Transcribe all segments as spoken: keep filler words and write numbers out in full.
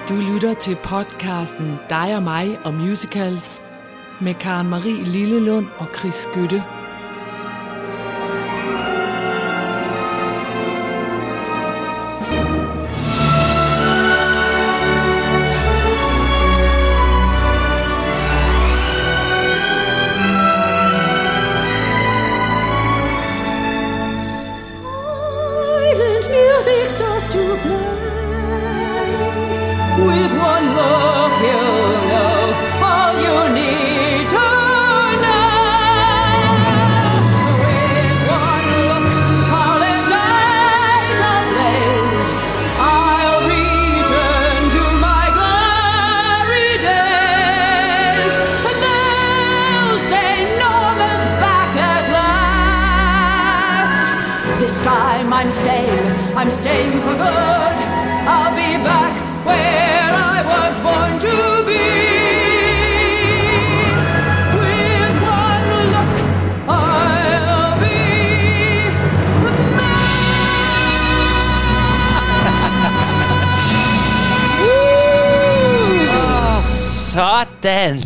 Du lytter til podcasten Dig og mig og musicals med Karen Marie Lillelund og Chris Skytte. Silent music starts to play. With one look you'll know all you need to know. With one look I'll ignite a blaze. I'll return to my glory days. And they'll say Norma's back at last. This time I'm staying, I'm staying for good. I'll be back where I was born to be. With one look, I'll be Sådan.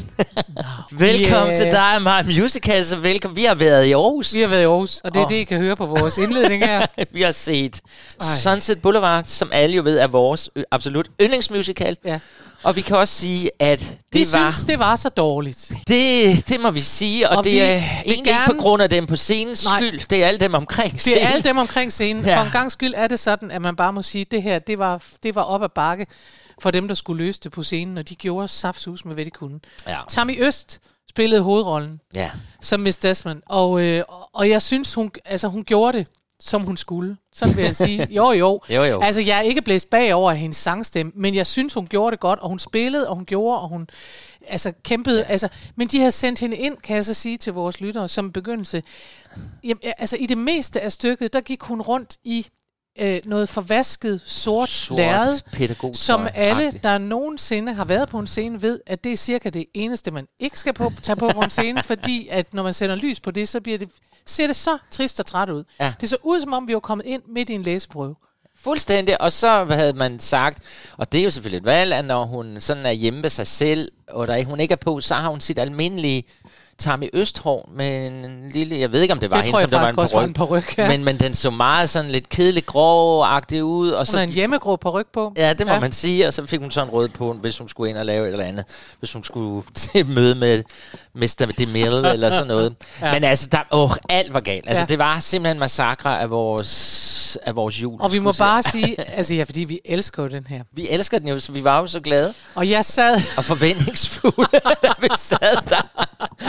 Velkommen Yeah. til dig og mig musicals, og velkommen. Vi har været i Aarhus. Vi har været i Aarhus, og det er Oh. det, I kan høre på vores indledning her. Vi har set Ej. Sunset Boulevard, som alle jo ved er vores ø- absolut yndlingsmusical. Ja. Og vi kan også sige, at det Det var... synes, det var så dårligt. Det, det må vi sige, og, Og det vi er vil egentlig gerne- ikke på grund af dem på scenens Nej. skyld. Det er alle dem omkring Det scenen. er alle dem omkring scenen. Ja. For en gang skyld er det sådan, at man bare må sige, at det her, det var, det var op ad bakke for dem, der skulle løse det på scenen, og de gjorde saftsus med, hvad de kunne. Ja. Tammy Øst spillede hovedrollen Ja. som Miss Desmond, og, øh, og jeg synes, hun, altså, hun gjorde det, som hun skulle. Sådan vil jeg sige. Jo, jo. Jo, jo. Altså, jeg er ikke blæst bagover af hendes sangstemme, men jeg synes, hun gjorde det godt, og hun spillede, og hun gjorde, og hun altså, kæmpede. Ja. Altså, men de har sendt hende ind, kan jeg så sige til vores lyttere, som begyndelse. Jamen, altså, i det meste af stykket, der gik hun rundt i øh, noget forvasket sort, Sort lærred, pædagogtøj- som alle, agtigt. der nogensinde har været på en scene, ved, at det er cirka det eneste, man ikke skal på, tage på på en scene, fordi at når man sætter lys på det, så bliver det, ser det så trist og træt ud. Ja. Det så ud, som om vi var kommet ind midt i en læseprøve. Fuldstændig, og så havde man sagt, og det er jo selvfølgelig et valg, at når hun sådan er hjemme ved sig selv, og der hun ikke er på, så har hun sit almindelige Tammy Østhår med en lille, jeg ved ikke om det var Det hende, tror jeg som der var faktisk en også var paryk, en paryk, ja. men, men den så meget sådan lidt kedelig grå-agtig ud. Og Hun så, har en hjemmegrå paryk på. ja, det må ja. man sige, og så fik hun sådan en rød på, hvis hun skulle ind og lave et eller andet, hvis hun skulle til møde med mister DeMille eller sådan noget. Ja. Men altså, der, åh, alt var galt. Altså, Ja. det var simpelthen en massakre af vores, af vores jul. Og vi må skulle jeg bare sige, altså ja, fordi vi elsker jo den her. sige. Vi elsker den jo, så vi var jo så glade Og jeg sad, og forventningsfulde, da vi sad der.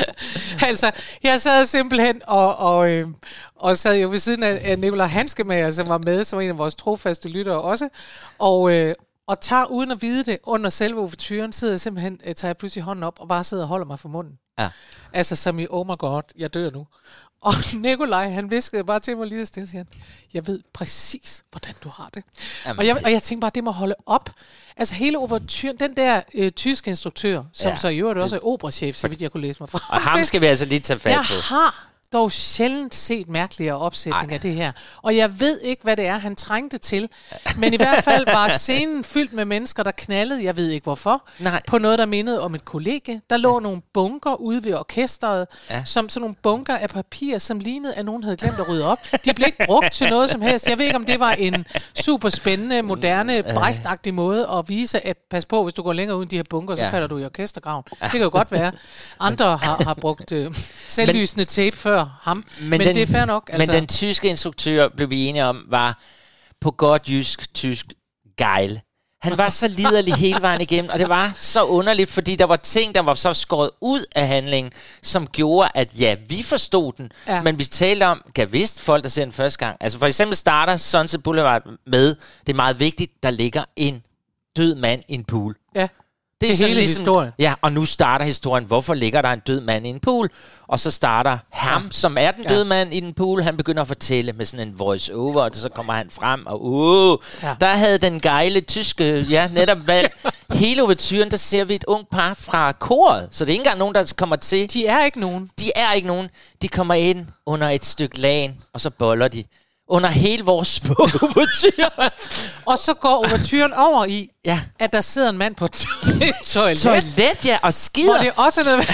altså, jeg sad simpelthen og, og, øh, og sad jo ved siden af, af Nicolai Hanskemager, som var med, som var en af vores trofaste lyttere også, og, øh, og tager uden at vide det under selve ouverturen, sidder jeg simpelthen, øh, tager jeg pludselig hånden op og bare sidder og holder mig for munden. Ja. Altså som i, oh my god, jeg dør nu. Og Nikolaj, han viskede bare til mig lige så stille, siger han, jeg ved præcis, hvordan du har det. Jamen, og, jeg, og jeg tænkte bare, det må holde op. Altså hele ouverturen, den der øh, tyske instruktør, som Ja. så i øvrigt også er operachef, så vidt jeg kunne læse mig fra. Og ham skal vi altså lige tage fat Jeg på. har dog sjældent set mærkeligere opsætning Ej. af det her. Og jeg ved ikke, hvad det er, han trængte til. Men i hvert fald var scenen fyldt med mennesker, der knaldede, jeg ved ikke hvorfor, Nej. på noget, der mindede om et kollegie. Der lå ja. nogle bunker ude ved orkestret, Ja. som sådan nogle bunker af papir, som lignede, at nogen havde glemt at rydde op. De blev ikke brugt til noget som helst. Jeg ved ikke, om det var en super spændende, moderne, Brecht-agtig måde at vise, at pas på, hvis du går længere uden de her bunker, så Ja. falder du i orkestergraven. Det kan jo godt være. Andre har, har brugt øh, selvlysende tape før ham. Men, men den, det er fair nok. Altså. Men den tyske instruktør, blev vi enige om, var på godt jysk, tysk, gejl. Han var så liderlig hele vejen igennem, og det var så underligt, fordi der var ting, der var så skåret ud af handlingen, som gjorde, at ja, vi forstod den, Ja. men vi talte om, kan vidst folk, der ser den første gang. Altså for eksempel starter Sunset Boulevard med, det er meget vigtigt, der ligger en død mand i en pool. Ja. Det er, Det er hele historien. Ja, og nu starter historien. Hvorfor ligger der en død mand i en pool? Og så starter ham, ja. som er den døde ja. mand i den pool. Han begynder at fortælle med sådan en voice-over, og så kommer han frem, og uh, ja. der havde den gejle tyske, ja, netop valgt. Hele ouverturen, der ser vi et ung par fra koret. Så det er ikke engang nogen, der kommer til. De er ikke nogen. De er ikke nogen. De kommer ind under et stykke lagen, og så boller de. under hele vores små ouverture. Og så går ouverturen over i, ja. at der sidder en mand på et toilet. Toilet, ja, og skider. Og det er også noget,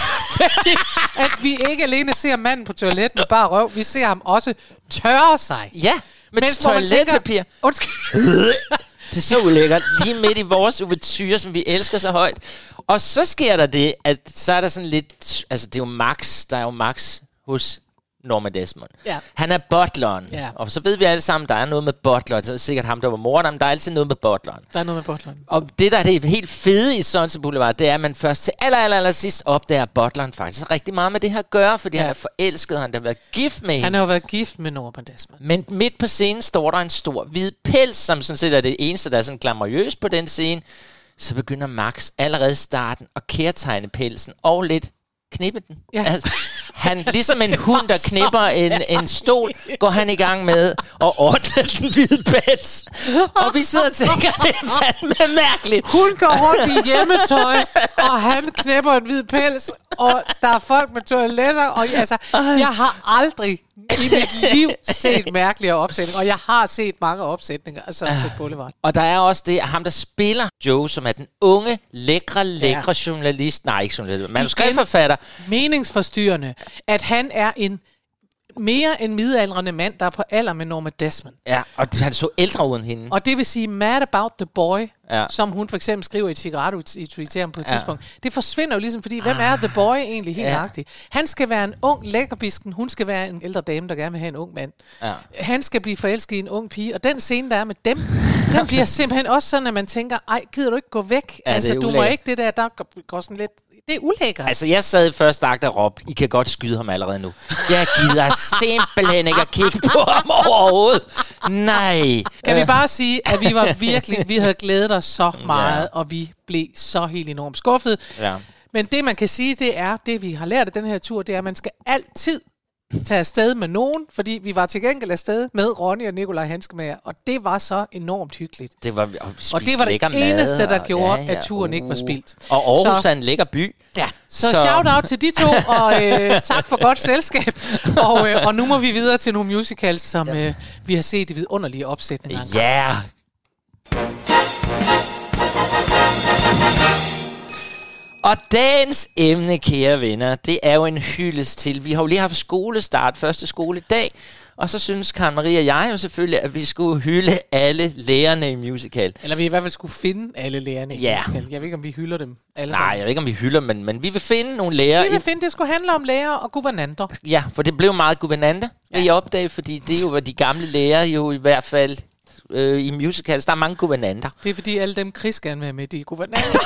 at vi ikke alene ser manden på toilet med bare røv, vi ser ham også tørre sig. Ja, med Mens, toiletpapir. Undskyld. Det er så ulækkert. Lige midt i vores ouverture, som vi elsker så højt. Og så sker der det, at så er der sådan lidt... Altså, det er jo Max. Der er jo Max hos Norma Desmond. Ja. Han er butleren. Ja. Og så ved vi alle sammen, der er noget med butler. Det er sikkert ham, der var moren, men der er altid noget med butleren. Der er noget med butleren. Og det, der er det helt fede i Sunset Boulevard, det er, at man først til aller, aller, aller sidst opdager, at butleren faktisk rigtig meget med det her at gøre, fordi ja. han er forelsket, han har været gift med hende. Han har jo været gift med Norma Desmond. Men midt på scenen står der en stor hvid pels, som sådan set er det eneste, der er sådan glamourøst på den scene. Så begynder Max allerede i starten at kærtegne pelsen og lidt knippe den. Ja. Altså, han, ligesom en hund, der knipper en, en stol, går han i gang med at ordne den hvide pels. Og vi sidder og tænker, det er fandme mærkeligt. Hun går rundt i hjemmetøj, og han knæpper en hvid pels, og der er folk med toiletter. Og altså, jeg har aldrig i mit liv set mærkeligere opsætninger, og jeg har set mange opsætninger af Sunset Boulevard. Og der er også det, at ham, der spiller Joe, som er den unge, lækre, lækre ja. journalist, nej, ikke journalist, manuskriptforfatter. Meningsforstyrrende, at han er en mere end midaldrende mand, der er på alder med Norma Desmond. Ja, og han så ældre ud end hende. Og det vil sige, mad about the boy, ja. som hun for eksempel skriver i et cigaret-tweet til ham på et ja. tidspunkt. Det forsvinder jo ligesom, fordi hvem er the boy egentlig helt ja. nøjagtigt? Han skal være en ung lækkerbisken, hun skal være en ældre dame, der gerne vil have en ung mand. Ja. Han skal blive forelsket i en ung pige, og den scene, der er med dem, den bliver simpelthen også sådan, at man tænker, ej, gider du ikke gå væk? Ja, altså, du må ikke det der, der går sådan lidt... Det er ulækkert. Altså, jeg sad i første akt og råbte, I kan godt skyde ham allerede nu. Jeg gider simpelthen ikke at kigge på ham overhovedet. Nej. Kan vi bare sige, at vi var virkelig, vi havde glædet os så meget, ja. og vi blev så helt enormt skuffet. Ja. Men det, man kan sige, det er, det vi har lært af den her tur, det er, at man skal altid tage afsted med nogen, fordi vi var til gengæld afsted med Ronny og Nikolaj Hanskemager, og det var så enormt hyggeligt. Det var, og, og det var det eneste, der gjorde, ja, ja, at turen uh. ikke var spildt. Og Aarhus så, er en lækker by. Ja, så, så shout-out til de to, og øh, tak for godt selskab. Og, øh, og nu må vi videre til nogle musicals, som ja. øh, vi har set i vidunderlige opsætninger. Ja! Yeah. Og dagens emne, kære venner, det er jo en hyldest til. Vi har jo lige haft skolestart, første skoledag, og så synes Karen Marie og jeg jo selvfølgelig, at vi skulle hylde alle lærerne i musical. Eller vi i hvert fald skulle finde alle lærerne i ja. musical. Jeg ved ikke, om vi hylder dem alle Nej, sammen. jeg ved ikke, om vi hylder dem, men, men vi vil finde nogle lærere. Vi vil finde, det skulle handle om lærere og guvernanter. Ja, for det blev meget guvernante, vil ja. jeg opdage, fordi det er jo, hvad de gamle lærere jo i hvert fald... Øh, i musicals, der er mange guvernanter. Det er fordi alle dem Chris gerne vil have med, de er guvernanter.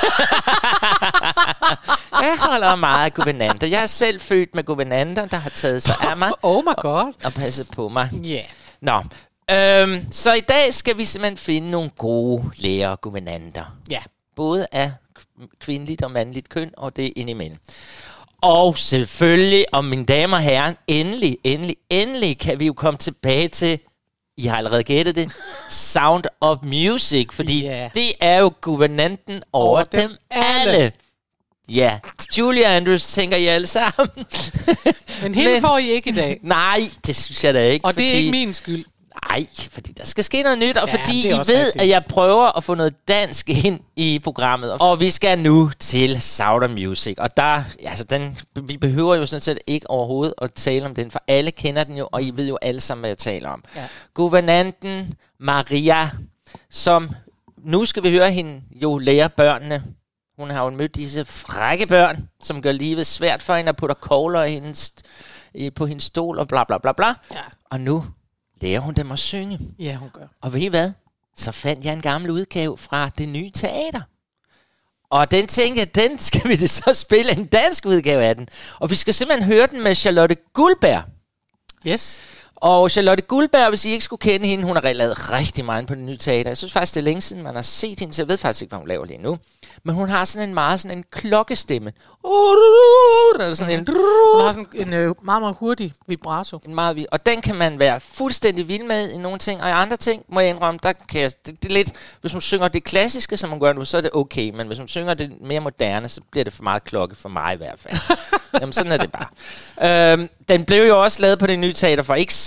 Jeg holder meget af guvernanter. Jeg er selv født med guvernanter, der har taget sig af mig. Oh my god. Og, og passet på mig. Yeah. Nå, øhm, så i dag skal vi simpelthen finde nogle gode lærere og guvernanter. Ja. Yeah. Både af kvindeligt og mandligt køn, og det er indimellem. Og selvfølgelig, og mine damer og herrer, endelig, endelig, endelig kan vi jo komme tilbage til I har allerede gættet det. Sound of Music, fordi yeah. det er jo guvernanten over, over dem, dem alle. alle. Ja, Julia Andrews tænker I alle sammen. Men hende Men, får I ikke i dag. Nej, det synes jeg da ikke. Og fordi, det er ikke min skyld. Nej, fordi der skal ske noget nyt, og ja, fordi I ved, rigtigt. at jeg prøver at få noget dansk ind i programmet. Og vi skal nu til Sound of Music, og der, altså den, vi behøver jo sådan set ikke overhovedet at tale om den, for alle kender den jo, og I ved jo alle sammen, hvad jeg taler om. Ja. Guvernanten Maria, som, nu skal vi høre hende jo lære børnene. Hun har jo mødt disse frække børn, som gør livet svært for hende, og putter kogler i hendes, i, på hendes stol, og bla bla bla bla. Ja. Og nu lærer hun dem at synge. Ja, hun gør. Og ved I hvad? Så fandt jeg en gammel udgave fra Det Nye Teater. Og den tænkte jeg, den skal vi så spille en dansk udgave af den. Og vi skal simpelthen høre den med Charlotte Guldberg. Yes. Og Charlotte Guldberg, hvis I ikke skulle kende hende, hun har lavet rigtig meget på Det Nye Teater. Jeg synes faktisk, det er længe siden, man har set hende, så jeg ved faktisk ikke, hvad hun laver lige nu. Men hun har sådan en meget sådan en klokkestemme. Eller sådan en... Hun har sådan en øh, meget, meget hurtig vibrato. En meget, og den kan man være fuldstændig vild med i nogle ting, og i andre ting, må jeg indrømme, der kan jeg, det, det er lidt, hvis hun synger det klassiske, som hun gør nu, så er det okay, men hvis hun synger det mere moderne, så bliver det for meget klokke, for mig i hvert fald. Jamen, sådan er det bare. Øhm, den blev jo også lavet på Det Nye Teater for ikke så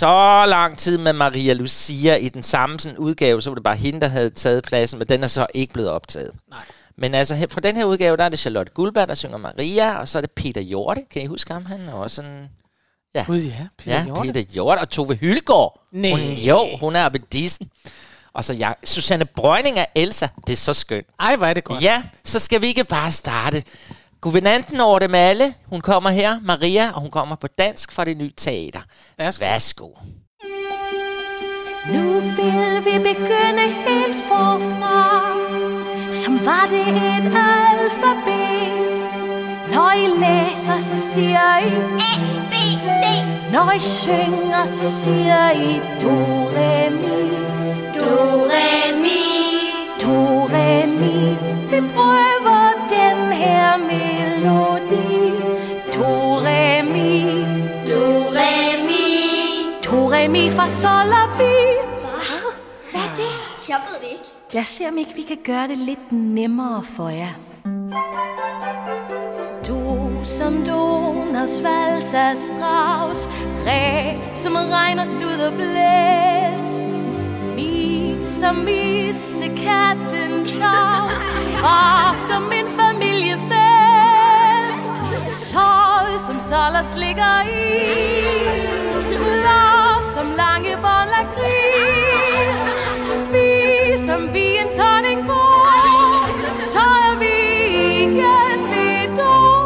så lang tid med Maria Lucia i den samme sådan, udgave, så var det bare hende, der havde taget pladsen, men den er så ikke blevet optaget. Nej. Men altså, fra den her udgave, der er det Charlotte Guldberg, der synger Maria, og så er det Peter Hjorte. Kan I huske ham? Han er også sådan... Ja, Gud, ja, Peter ja, Hjorte. Peter Hjorte og Tove Hylgaard. Nej. Hun, jo, hun er Abedisen. Og så jeg, Susanne Brøgning er Elsa. Det er så skønt. Ej, hvor er det godt. Ja, så skal vi ikke bare starte. Guvernanten over dem alle. Hun kommer her, Maria, og hun kommer på dansk fra Det Nye Teater. Værsgo. Værsgo. Nu vil vi begynde helt forfra, som var det et alfabet. Når I læser, så siger I A, B, C. Når I synger, så siger I Do, Re, Mi. Do, Re, Mi. Do, Re, Mi. Vi prøver den her melodi. Do, Re, Mi. Do, Re, Mi. Do, Re, Mi fra sol og bi. Hvad er det? Jeg ved det ikke. Lad os se, om ikke vi kan gøre det lidt nemmere for jer. Du som Donaus valser Strauss, Re som regner slud og blæst, Mi som missekatten Claus, Far som en familiefest, Sol som sol og slikker is, Lars som lange bånd lakrids, Bi som biens honningbord, så er vi igen ved Do.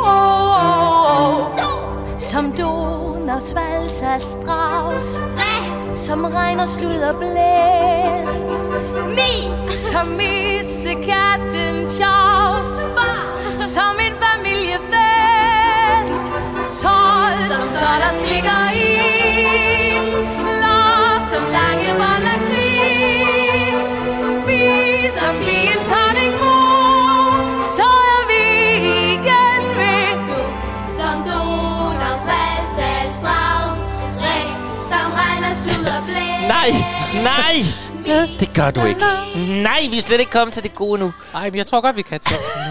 Som Donaus valser Strauss, Re som regner slud og blæst, Mi som missekatten Charles, Far som en familiefest, Sol som sol og slikker is, Lars som lange bånd lakrids, Bi som biens honningbord, så er vi igen ved Du. Som Donaus valser Strauss, Re som regner slud og blæst. Nej, nej! Det gør du ikke. Nej, vi er slet ikke kommet til det gode nu. Ej, men jeg tror godt, vi kan teksten nu.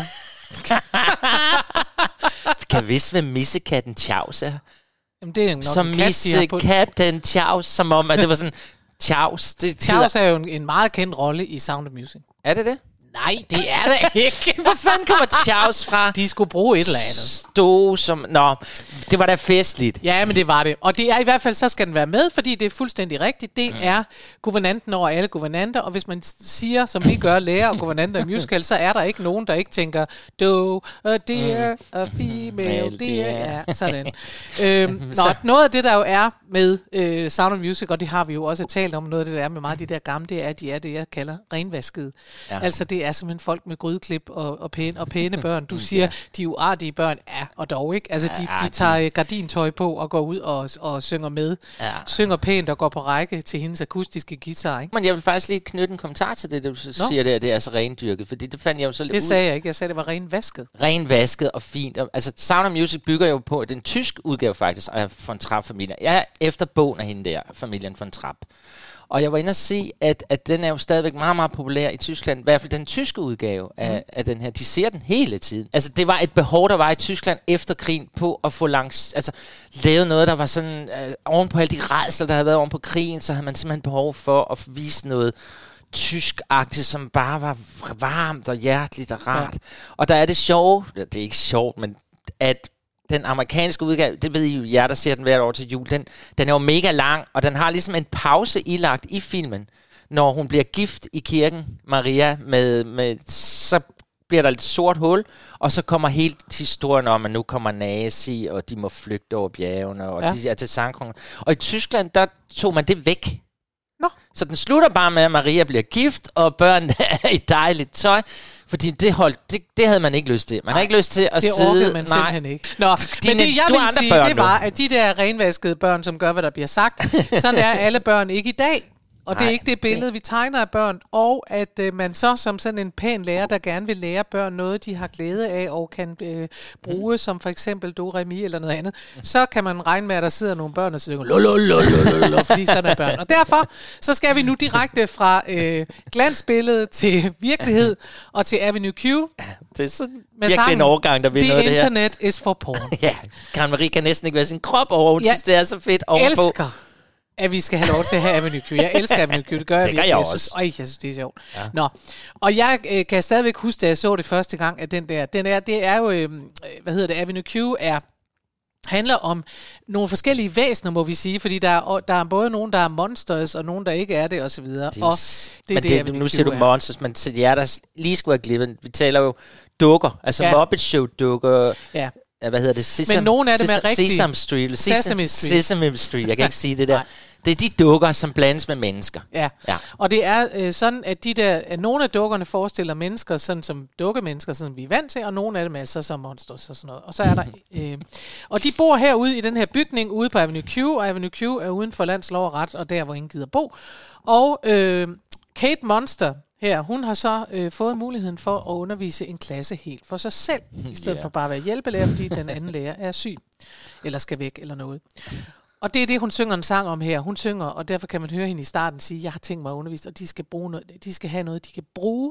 Vi kan vidst, hvad missekatten Chaus er. Jamen, det er nok Som en kat, de har på. missekatten Chaus, som om, at det var sådan... Chaus, det Charles er jo en, en meget kendt rolle i Sound of Music. Er det det? Nej, det er det ikke. Hvor fanden kommer Chaus fra? De skulle bruge et eller andet. Stå som... Nå, det var da festligt. Ja, men det var det. Og det er i hvert fald, så skal den være med, fordi det er fuldstændig rigtigt. Det mm. er guvernanten over alle guvernanter, og hvis man siger, som vi gør, lærer og guvernanter i musical, så er der ikke nogen, der ikke tænker, do, a dear, a female dear. Ja, sådan. øhm, nå, noget af det, der jo er med øh, Sound of Music, og det har vi jo også talt om, noget af det, der er med meget af de der gamle, det er, at de er det, jeg kalder renvaskede. Ja. Altså, det er simpelthen folk med grydeklip og, og, pæne, og pæne børn. Du siger, ja. De er uartige børn, ja, og dog ikke. Altså, de, de tager gardintøj på og går ud og, og synger med. Ja. Synger pænt og går på række til hendes akustiske guitar, ikke? Men jeg vil faktisk lige knytte en kommentar til det, du siger der, det er så rendyrket, fordi det fandt jeg jo så lidt Det sagde ud. jeg ikke. Jeg sagde, det var renvasket. Renvasket og fint. Altså, Sound of Music bygger jo på den tysk udgave faktisk af von Trapp-familien. Jeg er efter bogen af hende der, familien von Trapp. Og jeg var inde og se, at, at den er jo stadigvæk meget, meget populær i Tyskland. I hvert fald den tyske udgave af, mm. af den her. De ser den hele tiden. Altså, det var et behov, der var i Tyskland efter krigen på at få langs, altså, lavet noget, der var sådan, øh, oven på alle de rædsler, der havde været oven på krigen, så havde man simpelthen behov for at vise noget tysk-agtigt, som bare var varmt og hjerteligt og rart. Ja. Og der er det sjove, det er ikke sjovt, men at den amerikanske udgave, det ved I jo, jer der ser den hvert år til jul, den, den er jo mega lang, og den har ligesom en pause ilagt i filmen, når hun bliver gift i kirken, Maria, med, med så bliver der et sort hul, og så kommer helt historien om, at nu kommer nazi, og de må flygte over bjergene, og ja. de er til sangkongen. Og i Tyskland, der tog man det væk. Nå. Så den slutter bare med, at Maria bliver gift, og børnene er i dejligt tøj. Fordi det, holdt, det, det havde man ikke lyst til. Man har ikke lyst til at det sidde... Det orkede man nej. simpelthen ikke. Nå, Dine, men det jeg vil sige, det var, at de der renvaskede børn, som gør, hvad der bliver sagt, sådan er alle børn ikke i dag. Og Nej, det er ikke det billede, det... vi tegner af børn. Og at øh, man så som sådan en pæn lærer, der gerne vil lære børn noget, de har glæde af og kan øh, bruge, mm. som for eksempel Do, Re, Mi eller noget andet, så kan man regne med, at der sidder nogle børn og synger lolololololol, fordi sådan er børn. Og derfor så skal vi nu direkte fra øh, glansbillede til virkelighed og til Avenue Q. Det er sådan virkelig en overgang, der vil The noget det her. The internet is for porn. Ja, Karen Marie kan næsten ikke være sin krop over. Hun synes, det er så fedt ovenpå. Jeg elsker at vi skal have lov til at have Avenue Q. Jeg elsker Avenue Q, det gør jeg det gør virkelig. jeg Jeg også. synes, øj, jeg synes, det er sjovt. Ja. Nå, og jeg øh, kan stadigvæk huske, da jeg så det første gang, at den der, den er, det er jo, øh, hvad hedder det, Avenue Q er, handler om nogle forskellige væsener, må vi sige, fordi der er, der er både nogen, der er monsters, og nogen, der ikke er det, og så videre. Det er, og det, men det, det, nu siger du er. monsters, men til jer, der lige skulle have glippet, vi taler jo dukker, altså ja. Muppet Show-dukker, ja. hvad hedder det? Sesam, men nogle af dem er rigtig... Sesame Street. Sesame Street. Sesame Street, jeg kan ikke sige det der. Det er de dukker, som blandes med mennesker. Ja, ja. Og det er øh, sådan, at de der, at nogle af dukkerne forestiller mennesker, sådan som dukkemennesker, sådan vi er vant til, og nogle af dem er altså som monsters og sådan noget. Og så er der, øh, og de bor herude i den her bygning ude på Avenue Q, og Avenue Q er uden for lands lov og ret, og der hvor ingen gider bo. Og øh, Kate Monster her, hun har så øh, fået muligheden for at undervise en klasse helt for sig selv, i stedet yeah. for bare at være hjælpelærer, fordi den anden lærer er syg, eller skal væk, eller noget. Og det er det, hun synger en sang om her. Hun synger, og derfor kan man høre hende i starten sige, jeg har tænkt mig at undervise, og de skal, bruge noget, de skal have noget, de kan bruge.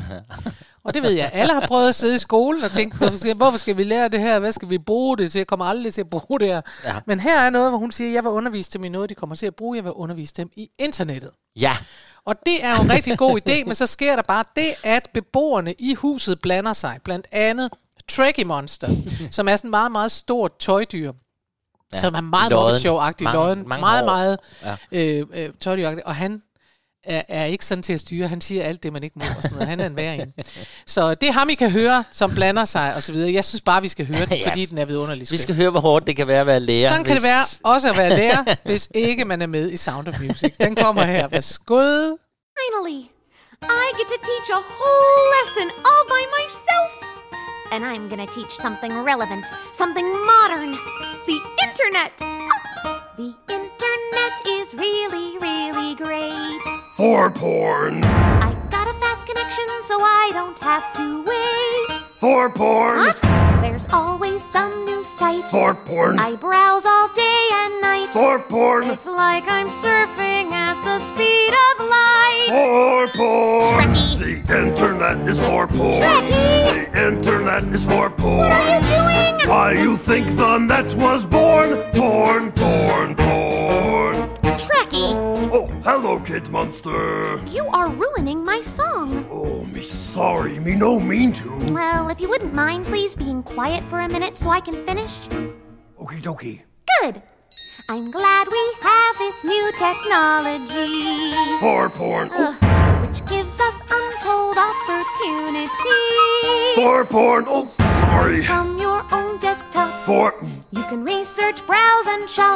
Og det ved jeg. Alle har prøvet at sidde i skolen og tænke, hvorfor skal, hvorfor skal vi lære det her? Hvad skal vi bruge det til? Jeg kommer aldrig til at bruge det her. Ja. Men her er noget, hvor hun siger, jeg vil undervise dem i noget, de kommer til at bruge. Jeg vil undervise dem i internettet. Ja. Og det er jo en rigtig god idé, men så sker der bare det, at beboerne i huset blander sig. Blandt andet Trekkie Monster, som er sådan en meget, meget stort tøjdyr. Ja. Som er meget Muppet Show-agtig, mange, løden, mange meget, år. meget ja. øh, øh, tøjdyr-agtig, og han er, er ikke sådan til at styre, han siger alt det, man ikke må, og sådan noget. Han er en værre en. Så det er ham, I kan høre, som blander sig, og så videre. Jeg synes bare, vi skal høre den, ja. fordi den er vidunderlig skøn. Vi skal høre, hvor hårdt det kan være at være lærer. Sådan kan hvis... det være også at være lærer, hvis ikke man er med i Sound of Music. Den kommer her. Værsgo. Finally, I get to teach a whole lesson all by myself. And I'm gonna teach something relevant, something modern. The internet. The internet is really, really great. For porn. I got a fast connection so I don't have to wait. For porn. What? There's always some new site. For porn. I browse all day and night. For porn. It's like I'm surfing at the speed of light. For porn. Trekkie. The internet is for porn. Trekkie. The internet is for porn. What are you doing? Why you think the net was born? Porn, porn, porn. Trekkie. Oh, hello, Kid Monster. You are ruining my song. Oh, me sorry, me no mean to. Well, if you wouldn't mind, please being quiet for a minute so I can finish. Okie dokie. Good. I'm glad we have this new technology. For porn. Uh, which gives us untold opportunity. For porn. Oh, sorry. From your own desktop. For. You can research, browse, and shop.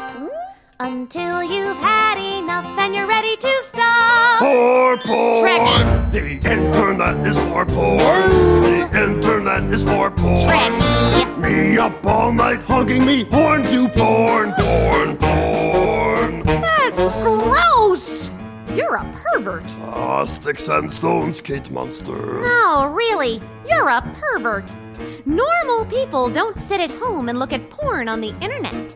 Until you've had enough and you're ready to stop. For porn. Trekkie. The internet is for porn. The internet is for porn. Trekkie. Me up all night hugging me horn to porn, porn, porn. That's gross. You're a pervert. Ah, sticks and stones, Kate Monster. No, really, you're a pervert. Normal people don't sit at home and look at porn on the internet.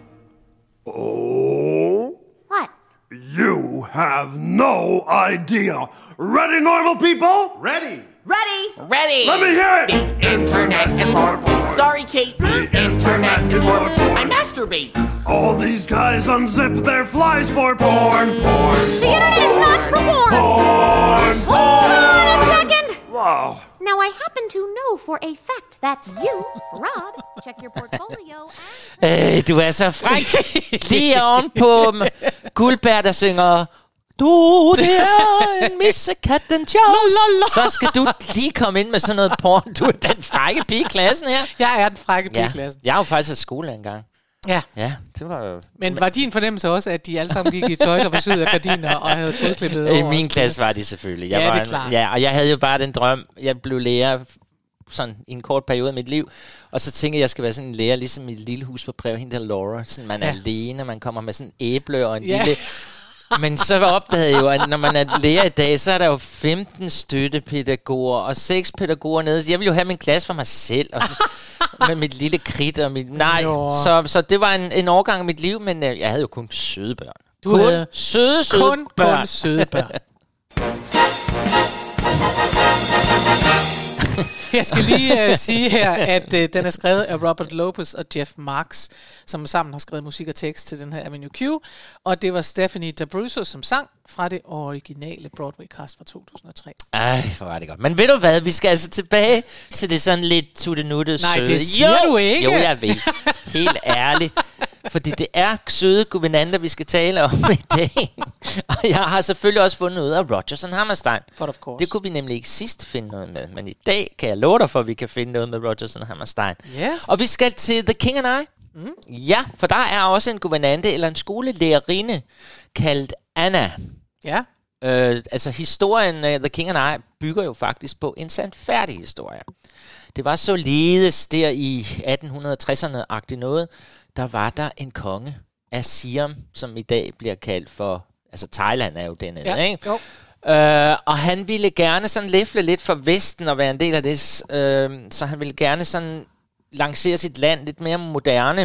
Oh? What? You have no idea. Ready, normal people? Ready. Ready? Ready. Let me hear it. The internet is for porn. Sorry, Kate. The internet is for porn. I masturbate. All these guys unzip their flies for porn, porn. The internet is not for porn. Porn, Hold on a second. Wow. Now, I happen to know for a fact that you, Rod, check your portfolio and... Øh, du er så fræk. Lige oven på Guldberg, der synger... Du, det er en missekat, den Jaws. Så skal du lige komme ind med sådan noget porn. Du er den frække pige i klassen her. Jeg er den frække pige i Ja, klassen. jeg har jo faktisk i skole engang. Ja. Ja, det var jo... Men var din fornemmelse også, at de alle sammen gik i tøj, der var syet af gardiner og havde fodklippet over? I min klasse var de selvfølgelig. Jeg Ja, var det er en- klart. Ja, og jeg havde jo bare den drøm. Jeg blev lærer sådan i en kort periode af mit liv. Og så tænkte jeg, jeg skal være sådan en lærer, ligesom i et lille hus på Brev, hende der Laura. Sådan, man er Ja. alene, man kommer med sådan en æble og en Ja. lille... Men så opdagede jeg jo, at når man er lærer i dag, så er der jo femten støttepædagoger og seks pædagoger nede. Så jeg ville jo have min klasse for mig selv. Og så, med mit lille kridt og mit... Nej, Nå. så, så det var en, en overgang af mit liv, men øh, jeg havde jo kun søde børn. Du kun havde søde, søde Kun, børn. kun søde børn. Jeg skal lige uh, sige her, at uh, den er skrevet af Robert Lopez og Jeff Marks, som sammen har skrevet musik og tekst til den her Avenue Q. Og det var Stephanie D'Abruzzo, som sang fra det originale Broadway-cast fra to tusind og tre. Ej, hvor var det godt. Men ved du hvad, vi skal altså tilbage til det sådan lidt tuttenutte søde. Nej, det siger jo, du ikke. Jo, jeg vil. Helt ærligt. Fordi det er søde guvernanter, vi skal tale om i dag. Og jeg har selvfølgelig også fundet ud af Rodgers and Hammerstein. But of course. Det kunne vi nemlig ikke sidst finde noget med. Men i dag kan jeg love dig for, at vi kan finde noget med Rodgers and Hammerstein. Yes. Og vi skal til The King and I. Mm. Ja, for der er også en guvernante eller en skolelærerinde kaldt Anna. Ja. Øh, altså historien uh, The King and I bygger jo faktisk på en sandfærdig historie. Det var således der i atten tresserne-agtigt noget, der var der en konge af Siam, som i dag bliver kaldt for, altså Thailand er jo dernede, ja. ikke? Jo. Øh, og han ville gerne sådan læfle lidt for Vesten og være en del af det, øh, så han ville gerne sådan lancere sit land lidt mere moderne.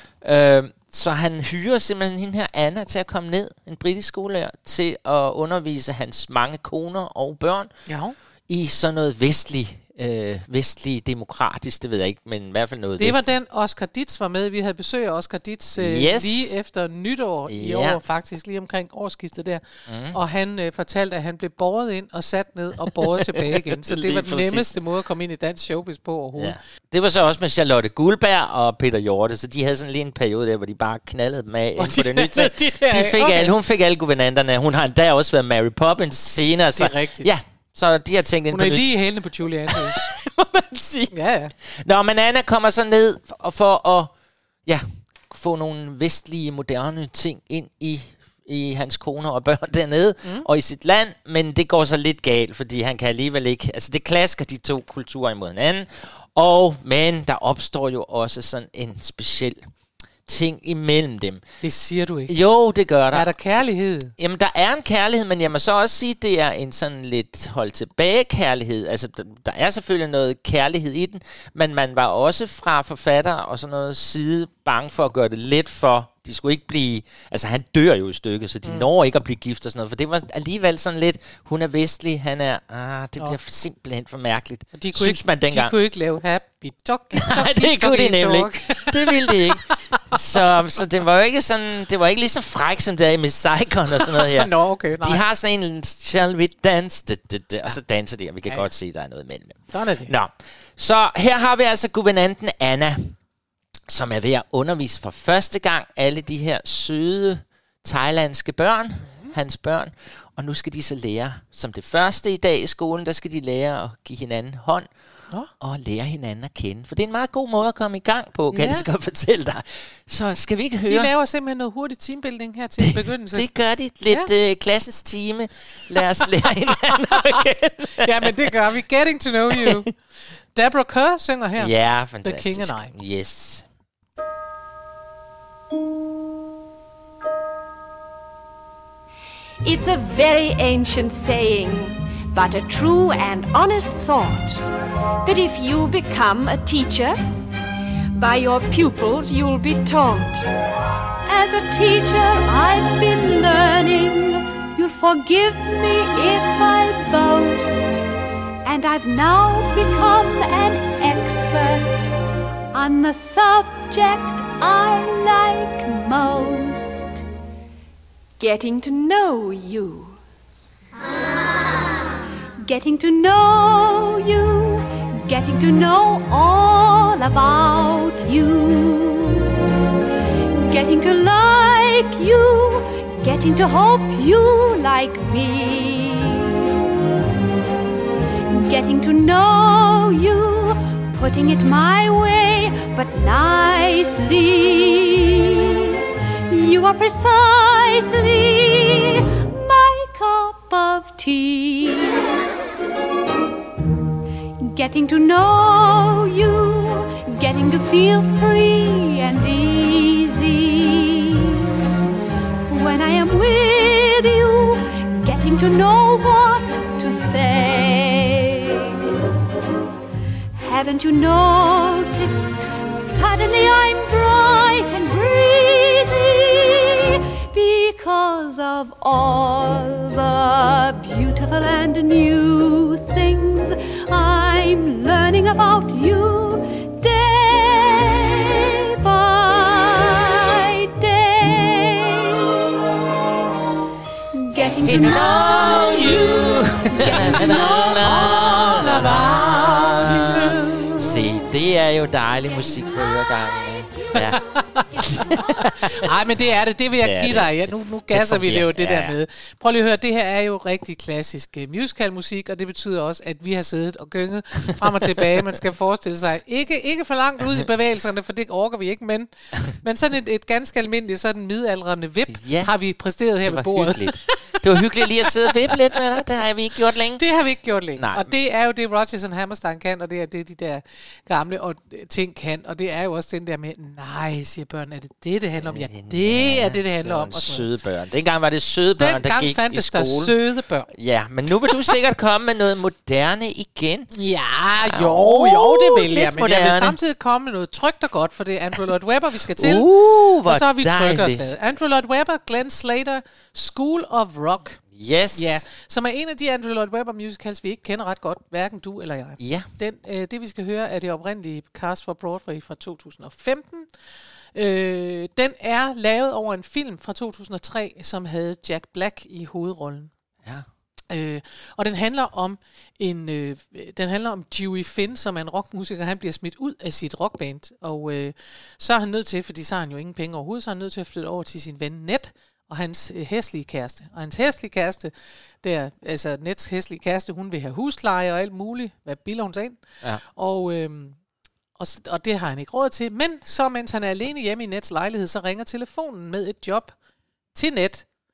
Øh, så han hyrer simpelthen hende her Anna til at komme ned, en britisk skolelærer, til at undervise hans mange koner og børn ja. i sådan noget vestlig Øh, vestlig demokratisk, det ved jeg ikke, men i hvert fald noget det vest. var den Oscar Ditz var med. Vi havde besøg af Oscar Ditz øh, yes. lige efter nytår i yeah. år, faktisk lige omkring årsskiftet der. Mm. Og han øh, fortalte, at han blev båret ind og sat ned og båret tilbage igen. Så det var den nemmeste måde at komme ind i dansk showbiz på overhovedet. Ja. Det var så også med Charlotte Guldberg og Peter Hjorte, så de havde sådan lige en periode der, hvor de bare knaldede dem af inden de på det nye. De, de fik okay. alle, hun fik alle guvernanterne. Hun har endda også været Mary Poppins senere. Så, det er rigtigt. Ja, så de har tænkt ind hun på er nyt. lige i hælene på Julie Andrews. Må man sige. Ja, ja. Nå, men Anna kommer så ned for, for at ja, få nogle vestlige, moderne ting ind i, i hans koner og børn dernede, mm. og i sit land, men det går så lidt galt, fordi han kan alligevel ikke, altså det klasker de to kulturer imod hinanden, og, men der opstår jo også sådan en speciel ting imellem dem. Det siger du ikke. Jo, det gør der. Er der kærlighed? Jamen, der er en kærlighed, men jeg må så også sige, at det er en sådan lidt hold tilbage kærlighed. Altså, der, der er selvfølgelig noget kærlighed i den, men man var også fra forfatter og sådan noget side bange for at gøre det let for, de skulle ikke blive, altså han dør jo i stykket, så de mm. når ikke at blive gift og sådan noget, for det var alligevel sådan lidt, hun er vestlig, han er, ah, det bliver for simpelthen for mærkeligt, de kunne synes ikke, man dengang. De kunne ikke lave happy talk. Nej, det kunne de nemlig ikke. Det ville de ikke. Så, så det var jo ikke sådan, det var ikke lige så fræk som det er i Miss Saigon og sådan noget her. Nå, okay, nej. De har sådan en, shall we dance, det, det, det, og så danser de, og vi kan ja. godt se, der er noget mellem dem. Sådan er det. Nå, så her har vi altså guvernanten Anna, som er ved at undervise for første gang alle de her søde thailandske børn, mm. hans børn. Og nu skal de så lære, som det første i dag i skolen, der skal de lære at give hinanden hånd, oh. og lære hinanden at kende. For det er en meget god måde at komme i gang på, kan ja. jeg så godt fortælle dig. Så skal vi ikke høre... De laver simpelthen noget hurtigt teambuilding her til begyndelse. Det gør de. Lidt ja. øh, klassens time. Lad os lære hinanden at kende. Ja, men det gør vi. Getting to know you. Deborah Kerr synger her. Ja, fantastisk. The King and I. Yes. It's a very ancient saying, but a true and honest thought, that if you become a teacher, by your pupils you'll be taught. As a teacher I've been learning, you'll forgive me if I boast, and I've now become an expert on the subject I like most. Getting to know you. Getting to know you. Getting to know all about you. Getting to like you. Getting to hope you like me. Getting to know you. Putting it my way, but nicely. You are precisely my cup of tea. Getting to know you, getting to feel free and easy. When I am with you, getting to know what to say. Haven't you noticed, suddenly I'm bright and breezy, because of all the beautiful and new things I I'm learning about you day by day. Getting to know you, getting to know all about you. Se, det er jo dejlig musik for øregangene. Ja. Nej, men det er det. Det vil jeg det give dig. Ja, nu, nu gasser det vi det jo det ja, der med. Prøv lige at høre, det her er jo rigtig klassisk uh, musicalmusik, og det betyder også, at vi har siddet og gynget frem og tilbage. Man skal forestille sig, ikke, ikke for langt ud i bevægelserne, for det orker vi ikke, men, men sådan et, et ganske almindeligt, sådan midaldrende vip ja. har vi præsteret her ved bordet. Hyggeligt. Det var hyggeligt lige at sidde og vippe lidt med dig. Det har vi ikke gjort længe. Det har vi ikke gjort længe. Nej. Og det er jo det, Rodgers and Hammerstein kan, og det er det, de der gamle og, ting kan. Og det er jo også den der med, nej, siger børn, er det det, det handler om? Ja, det er det, det handler det om. Og søde børn. Dengang var det søde børn, den der gik i skole. fandtes der søde børn. Ja, men nu vil du sikkert komme med noget moderne igen. Ja, jo, oh, jo, det vil jeg. Men moderne. jeg vil samtidig komme med noget trygt og godt, for det er Andrew Lloyd Webber, vi skal til. Uh, og så er vi dejligt. trygge og glade. Andrew Lloyd Webber, Glenn Slater, School of Rock. Yes. Ja, som er en af de Andrew Lloyd Webber musicals, vi ikke kender ret godt, hverken du eller jeg. Ja. Den, øh, det vi skal høre er det oprindelige cast for Broadway fra to tusind og femten. Øh, den er lavet over en film fra to tusind og tre, som havde Jack Black i hovedrollen. Ja. Øh, og den handler om en, øh, den handler om Dewey Finn, som er en rockmusiker. Han bliver smidt ud af sit rockband, og øh, så er han nødt til, fordi så har han jo ingen penge overhovedet, så er han nødt til at flytte over til sin ven Ned og hans øh, hæslige kæreste. Og hans hæslige kæreste, der, altså Neds hæslige kæreste, hun vil have husleje og alt muligt. Hvad bilder hun sig ind? Ja. Og, øh, og, og det har han ikke råd til. Men så mens han er alene hjemme i Neds lejlighed, så ringer telefonen med et job til Ned.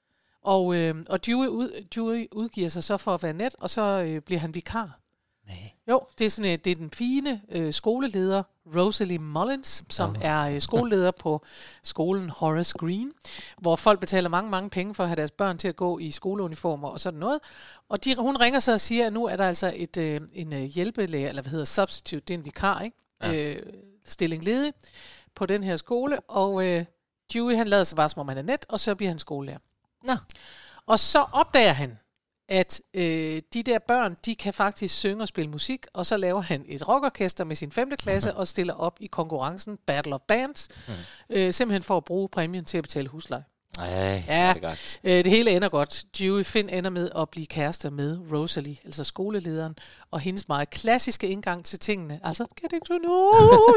Og, øh, og Dewey, ud, Dewey udgiver sig så for at være Ned, og så øh, bliver han vikar. Nej. Jo, det er, sådan, øh, det er den fine øh, skoleleder Rosalie Mullins, som oh. er øh, skoleleder på skolen Horace Green, hvor folk betaler mange, mange penge for at have deres børn til at gå i skoleuniformer og sådan noget. Og de, hun ringer så og siger, at nu er der altså et, øh, en øh, hjælpelærer, eller hvad hedder substitute, det er en vikar, ikke? Ja. Øh, stilling ledig på den her skole, og øh, Dewey han lader sig bare som om han er Ned, og så bliver han skolelærer. Nå. Og så opdager han, at øh, de der børn, de kan faktisk synge og spille musik, og så laver han et rockorkester med sin femte klasse og stiller op i konkurrencen Battle of Bands, mm. øh, simpelthen for at bruge præmien til at betale husleje. Ej, ja, det, godt. Øh, det hele ender godt. Dewey Finn ender med at blive kærester med Rosalie, altså skolelederen, og hendes meget klassiske indgang til tingene, altså getting to know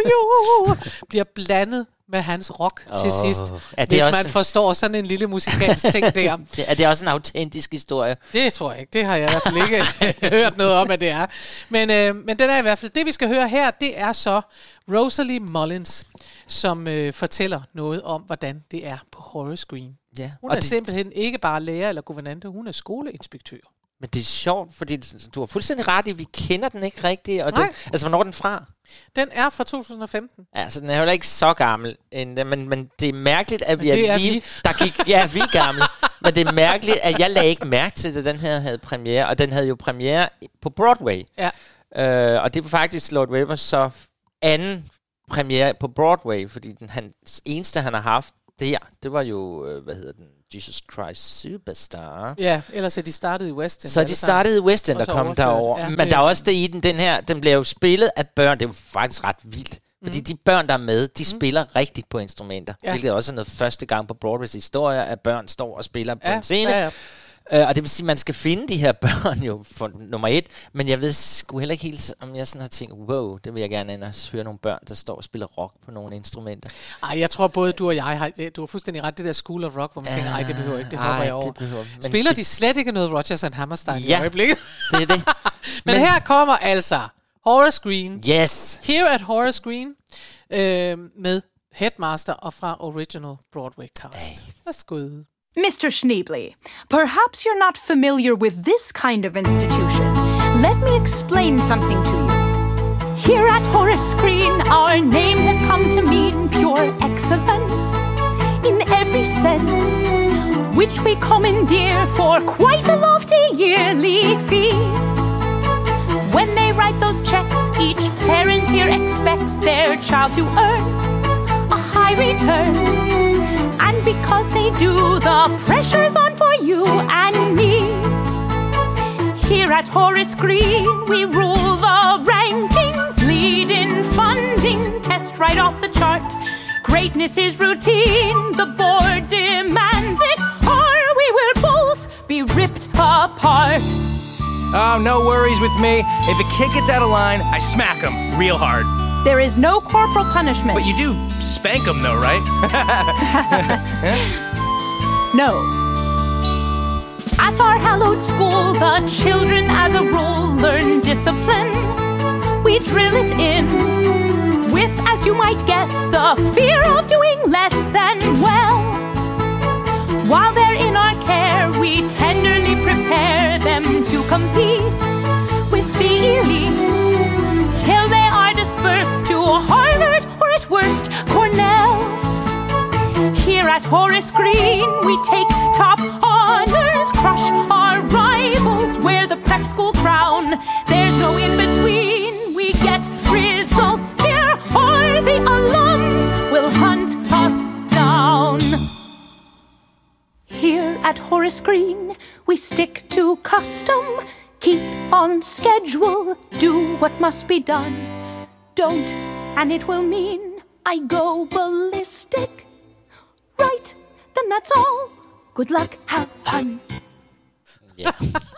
you, bliver blandet med hans rock oh. til sidst, er det hvis man en... forstår sådan en lille musikalsk ting der. Er det også en autentisk historie? Det tror jeg ikke. Det har jeg i hvert fald ikke hørt noget om, at det er. Men, øh, men den er i hvert fald, det vi skal høre her, det er så Rosalie Mullins, som øh, fortæller noget om, hvordan det er på Horace Green. Ja. Hun og er det... simpelthen ikke bare lærer eller guvernante, hun er skoleinspektør. Men det er sjovt, fordi du har fuldstændig ret i, vi kender den ikke rigtigt. Og den, altså, hvornår er den fra? Den er fra to tusind og femten. Altså, den er jo ikke så gammel. Men, men det er mærkeligt, at vi men det er, er lige... Vi. Der gik, ja, vi er gamle. Men det er mærkeligt, at jeg lagde ikke mærke til, at den her havde premiere. Og den havde jo premiere på Broadway. Ja. Øh, og det var faktisk Lloyd Webbers så anden premiere på Broadway. Fordi den hans eneste, han har haft der, det var jo, øh, hvad hedder den? Jesus Christ Superstar. Ja, ellers er de startet i West End. Så de startede i West End, der kom derover. Ja, men der er også det i den, den her, den bliver jo spillet af børn. Det er jo faktisk ret vildt. Fordi mm. de børn, der er med, de mm. spiller rigtigt på instrumenter. Ja. Hvilket også er noget første gang på Broadways historie, at børn står og spiller ja, på en scene. Ja, ja. Uh, og det vil sige, at man skal finde de her børn jo for nummer et. Men jeg ved sgu heller ikke helt, om jeg sådan har tænkt, wow, det vil jeg gerne ind og høre nogle børn, der står og spiller rock på nogle instrumenter. Ej, jeg tror både du og jeg har, du har fuldstændig ret, det der School of Rock, hvor man uh, tænker, ej, det behøver ikke, det hopper jeg over. Behøver, Spiller de slet ikke noget Rodgers and Hammerstein ja, i øjeblikket? det er det. men, men her kommer altså Horace Green. Yes. Here at Horace Green, øh, med Headmaster og fra Original Broadway Cast. Værsgo. Mister Schneebly, perhaps you're not familiar with this kind of institution. Let me explain something to you. Here at Horace Green, our name has come to mean pure excellence in every sense, which we commandeer for quite a lofty yearly fee. When they write those checks, each parent here expects their child to earn a high return. And because they do, the pressure's on for you and me. Here at Horace Green, we rule the rankings, lead in funding, test right off the chart. Greatness is routine, the board demands it, or we will both be ripped apart. Oh, no worries with me. If a kid gets out of line, I smack him real hard. There is no corporal punishment. But you do spank him though, right? No. At our hallowed school, the children as a rule learn discipline. We drill it in with, as you might guess, the fear of doing less than well. While they're in our care, we tenderly prepare them to compete with the elite till they are dispersed to Harvard or at worst Cornell. Here at Horace Green, we take top honors, crush our rivals, wear the prep school crown. There's no in-between, we get results here, or the alums will hunt us down. Here at Horace Green, we stick to custom, keep on schedule, do what must be done. Don't, and it will mean I go ballistic. Right, then that's all. Good luck, have fun. Ja.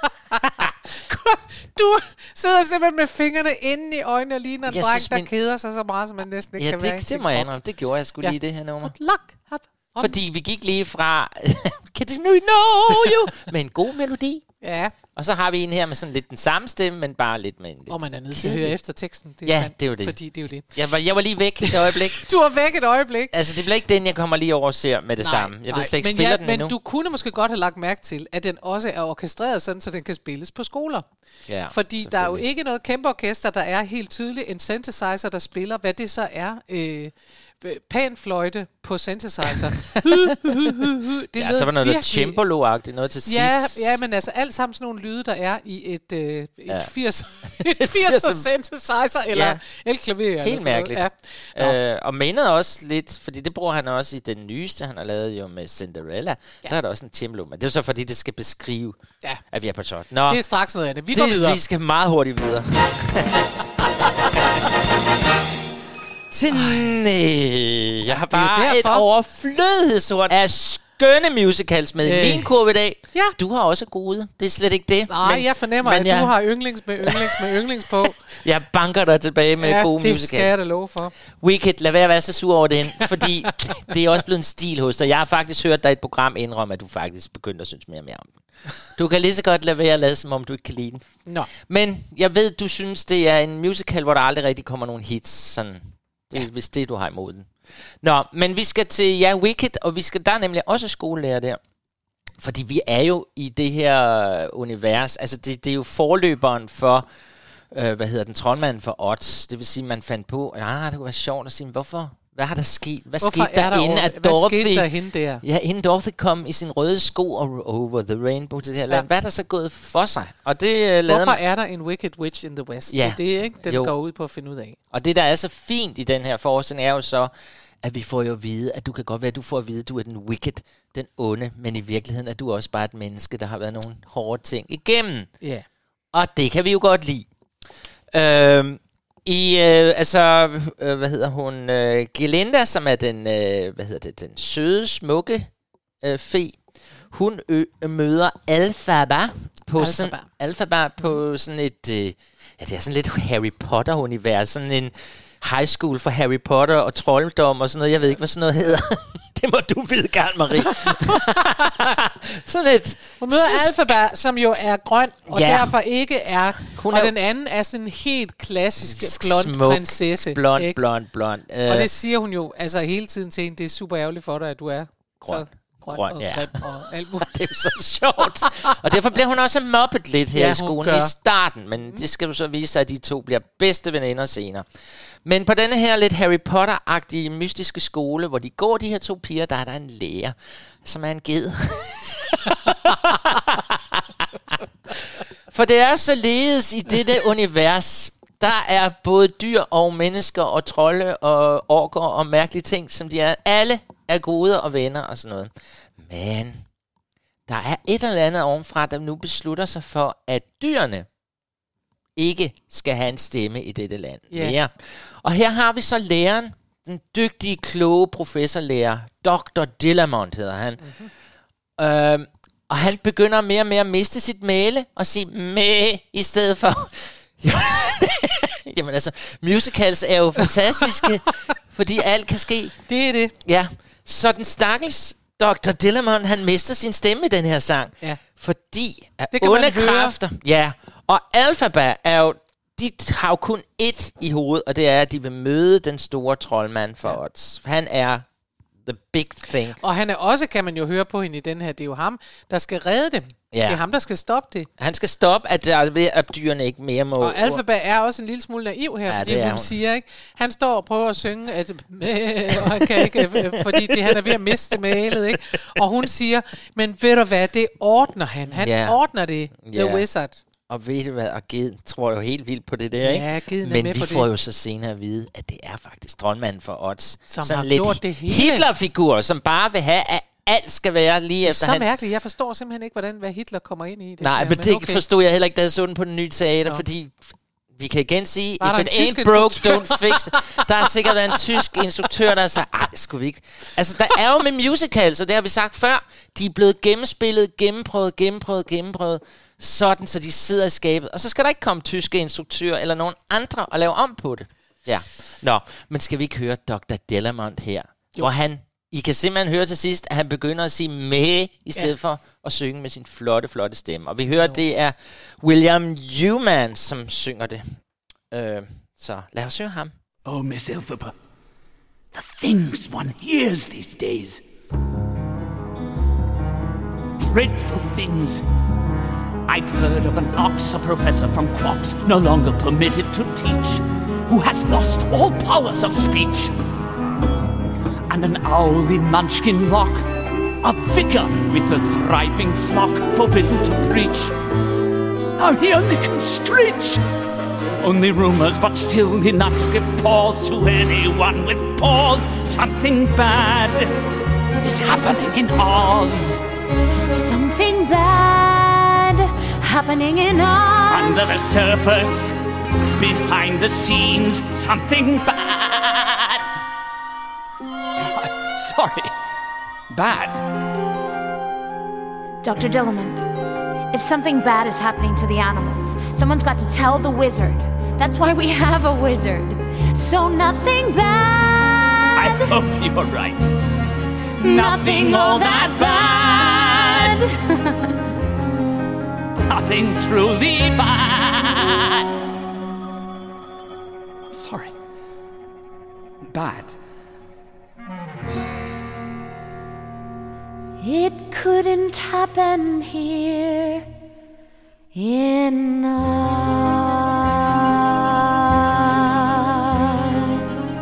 Du sidder simpelthen med fingrene inde i øjnene og ligner en Jeg dreng, synes, der min- keder sig så meget, som man næsten ikke Ja, kan være i det, sin det må jeg krop. indrømme. Det gjorde jeg sgu Ja. lige det her nummer. Good luck, have fun. Fordi vi gik lige fra Can you know you med en god melodi. Ja. Og så har vi en her med sådan lidt den samme stemme, men bare lidt med en lidt Og man er nødt til at høre efter teksten. Det er Ja, sandt, det er jo det. Fordi det er jo det. Jeg var, jeg var lige væk et øjeblik. Du var væk et øjeblik. Altså, det bliver ikke den, jeg kommer lige over og ser med det Nej, samme. Jeg nej. ved slet ikke, men spiller ja, den men endnu. du kunne måske godt have lagt mærke til, at den også er orkestreret sådan, så den kan spilles på skoler. Ja, Fordi der er jo selvfølgelig. ikke noget kæmpe orkester, der er helt tydeligt en synthesizer, der spiller, hvad det så er. Øh, panfløjte på synthesizer. det Ja, så var noget der cembalo-agtigt, noget til ja, sidst. ja, men altså alt sammen sådan nogle lyde, der er i et, øh, et Ja. firs et firser synthesizer, eller Ja. elklaver. eller Helt sådan mærkeligt. noget. Ja. Øh, og mindede også lidt, fordi det bruger han også i den nyeste, han har lavet jo med Cinderella. Ja. Der er der også en cembalo, men det er så fordi, det skal beskrive, Ja. at vi er på tot. Nå, Det er straks noget af det. Vi det, går videre. Vi skal meget hurtigt videre. Til nej, jeg har det er jo bare et derfor. overflødighedshorn af skønne musicals med Øh. i min kurve i dag. Ja. Du har også gode. Det er slet ikke det. Nej, men, jeg fornemmer, men at jeg, du har yndlings med yndlings med yndlings på. Jeg banker dig tilbage med ja, gode det musicals. skal jeg da love for. Wicked, lad være at være så sur over det, fordi det er også blevet en stil hos dig. Jeg har faktisk hørt dig i et program indrømme, at du faktisk begyndte at synes mere og mere om den. Du kan lige så godt lade være at lade, som om du ikke kan lide den. Nå. Men jeg ved, du synes, det er en musical, hvor der aldrig rigtig kommer nogen hits. Sådan. Det er ja. Hvis det, du har imod den. Nå, men vi skal til, ja, Wicked, og vi skal, der er nemlig også skolelærer der. Fordi vi er jo i det her univers, altså det, det er jo forløberen for, øh, hvad hedder den, troldmanden for Oz. Det vil sige, man fandt på, ah, det kunne være sjovt at sige, hvorfor? Hvad har der sket? Hvad Hvorfor skete der, der inden over, at hvad Dorothy... skete der hende der? Ja, inden Dorothy kom i sin røde sko og over the rainbow til det her land. Ja. Hvad er der så gået for sig? Og det uh, lavede Hvorfor er der en Wicked Witch in the West? Ja. Det er det, ikke? Den Jo. går ud på at finde ud af. Og det, der er så fint i den her forestilling, er jo så, at vi får jo at vide, at du kan godt være, at du får at vide, at du er den wicked, den onde, men i virkeligheden er du også bare et menneske, der har været nogle hårde ting igennem. Ja. Yeah. Og det kan vi jo godt lide. Øhm, I, øh, altså, øh, hvad hedder hun, øh, Gelinda, som er den, øh, hvad hedder det, den søde, smukke øh, fe, hun ø- møder Alphaba på Alphaba. sådan, Alphaba på sådan et, øh, ja, det er sådan lidt Harry Potter-univers, sådan en high school for Harry Potter og trolddom og sådan noget. Jeg ved ikke, hvad sådan noget hedder. Det må du vide, Karen Marie. sådan et... Hun møder Alphaba, som jo er grøn, og Ja. derfor ikke er... Hun og er- den anden er sådan en helt klassisk blond Smuk, prinsesse. Blond, ikke? blond, blond. Og det siger hun jo altså hele tiden til hende, det er super ærgerligt for dig, at du er Grøn. så grøn, Grøn, og ja. grim og alt muligt. Det er jo så sjovt. Og derfor bliver hun også mobbet lidt her Ja, i hun skolen gør. i starten. Men det skal jo så vise sig, at de to bliver bedste veninder senere. Men på denne her lidt Harry Potter-agtige mystiske skole, hvor de går, de her to piger, der er der en lærer, som er en ged. For det er således i dette univers, der er både dyr og mennesker og trolde og orker og mærkelige ting, som de er. Alle er gode og venner og sådan noget. Men der er et eller andet ovenfra, der nu beslutter sig for, at dyrene ikke skal have en stemme i dette land Yeah. mere. Og her har vi så læreren, den dygtige, kloge professorlærer, doktor Dillamont hedder han. Mm-hmm. Øhm, og han begynder mere og mere at miste sit mæle og sige mæ i stedet for... Jamen altså, musicals er jo fantastiske, fordi alt kan ske. Det er det. Ja, så den stakkels doktor Dillamont, han mister sin stemme i den her sang, ja. fordi at det kan onde kræfter... Ja, og Elphaba er jo... De har jo kun ét i hovedet, og det er, at de vil møde den store troldmand for ja. Odds. Han er the big thing. Og han er også, kan man jo høre på hende i den her, det er jo ham, der skal redde dem. Ja. Det er ham, der skal stoppe det. Han skal stoppe, at, der, at dyrene ikke mere må... Og Elphaba er også en lille smule naiv her, ja, fordi hun, hun siger, ikke? Han står og prøver at synge, at, og han kan ikke, fordi det, han er ved at miste mælet, ikke? Og hun siger, men ved du hvad, det ordner han. Han ja. ordner det, The ja. Wizard. Og ved du hvad, og Geden tror jo helt vildt på det der, ikke? Ja, Geden er men med vi på får det. jo så senere at vide, at det er faktisk troldmanden for Odds. Som sådan har lidt gjort det hele. Hitler-figur, som bare vil have, at alt skal være lige efter hans... hans... Så mærkeligt. Jeg forstår simpelthen ikke, hvordan hvad Hitler kommer ind i det. Nej, her, men det okay. forstod jeg heller ikke, da jeg så den på den nye teater, Nå. fordi... Vi kan igen sige, var if it ain't broke, don't fix it. Der har sikkert været en tysk instruktør, der har sagt, ej, skulle vi ikke... Altså, der er jo med musicals, og det har vi sagt før, de er blevet gennemspillet, gennemprøvet, gennemprøvet, gennemprøvet, sådan, så de sidder i skabet. Og så skal der ikke komme tyske instruktører eller nogen andre og lave om på det. Ja. Nå, men skal vi ikke høre doktor Dillamont her? Jo. Hvor han, I kan simpelthen høre til sidst, at han begynder at sige mæ, i stedet ja. for at synge med sin flotte, flotte stemme. Og vi hører, at det er William Newman, som synger det. Uh, så lad os høre ham. Oh, Miss Elphaba, the things one hears these days. Dreadful things. I've heard of an Oxford professor from Quox, no longer permitted to teach, who has lost all powers of speech. And an owl in Munchkin Rock, a vicar with a thriving flock, forbidden to preach. Now he only can screech. Only rumors, but still enough to give pause to anyone with pause. Something bad is happening in Oz. Something bad happening in Oz. Under the surface, behind the scenes, something bad. Sorry, bad. Doctor Dillamont, if something bad is happening to the animals, someone's got to tell the wizard. That's why we have a wizard. So nothing bad. I hope you're right. Nothing all that bad. Nothing truly bad. Sorry. Bad. It couldn't happen here in Oz.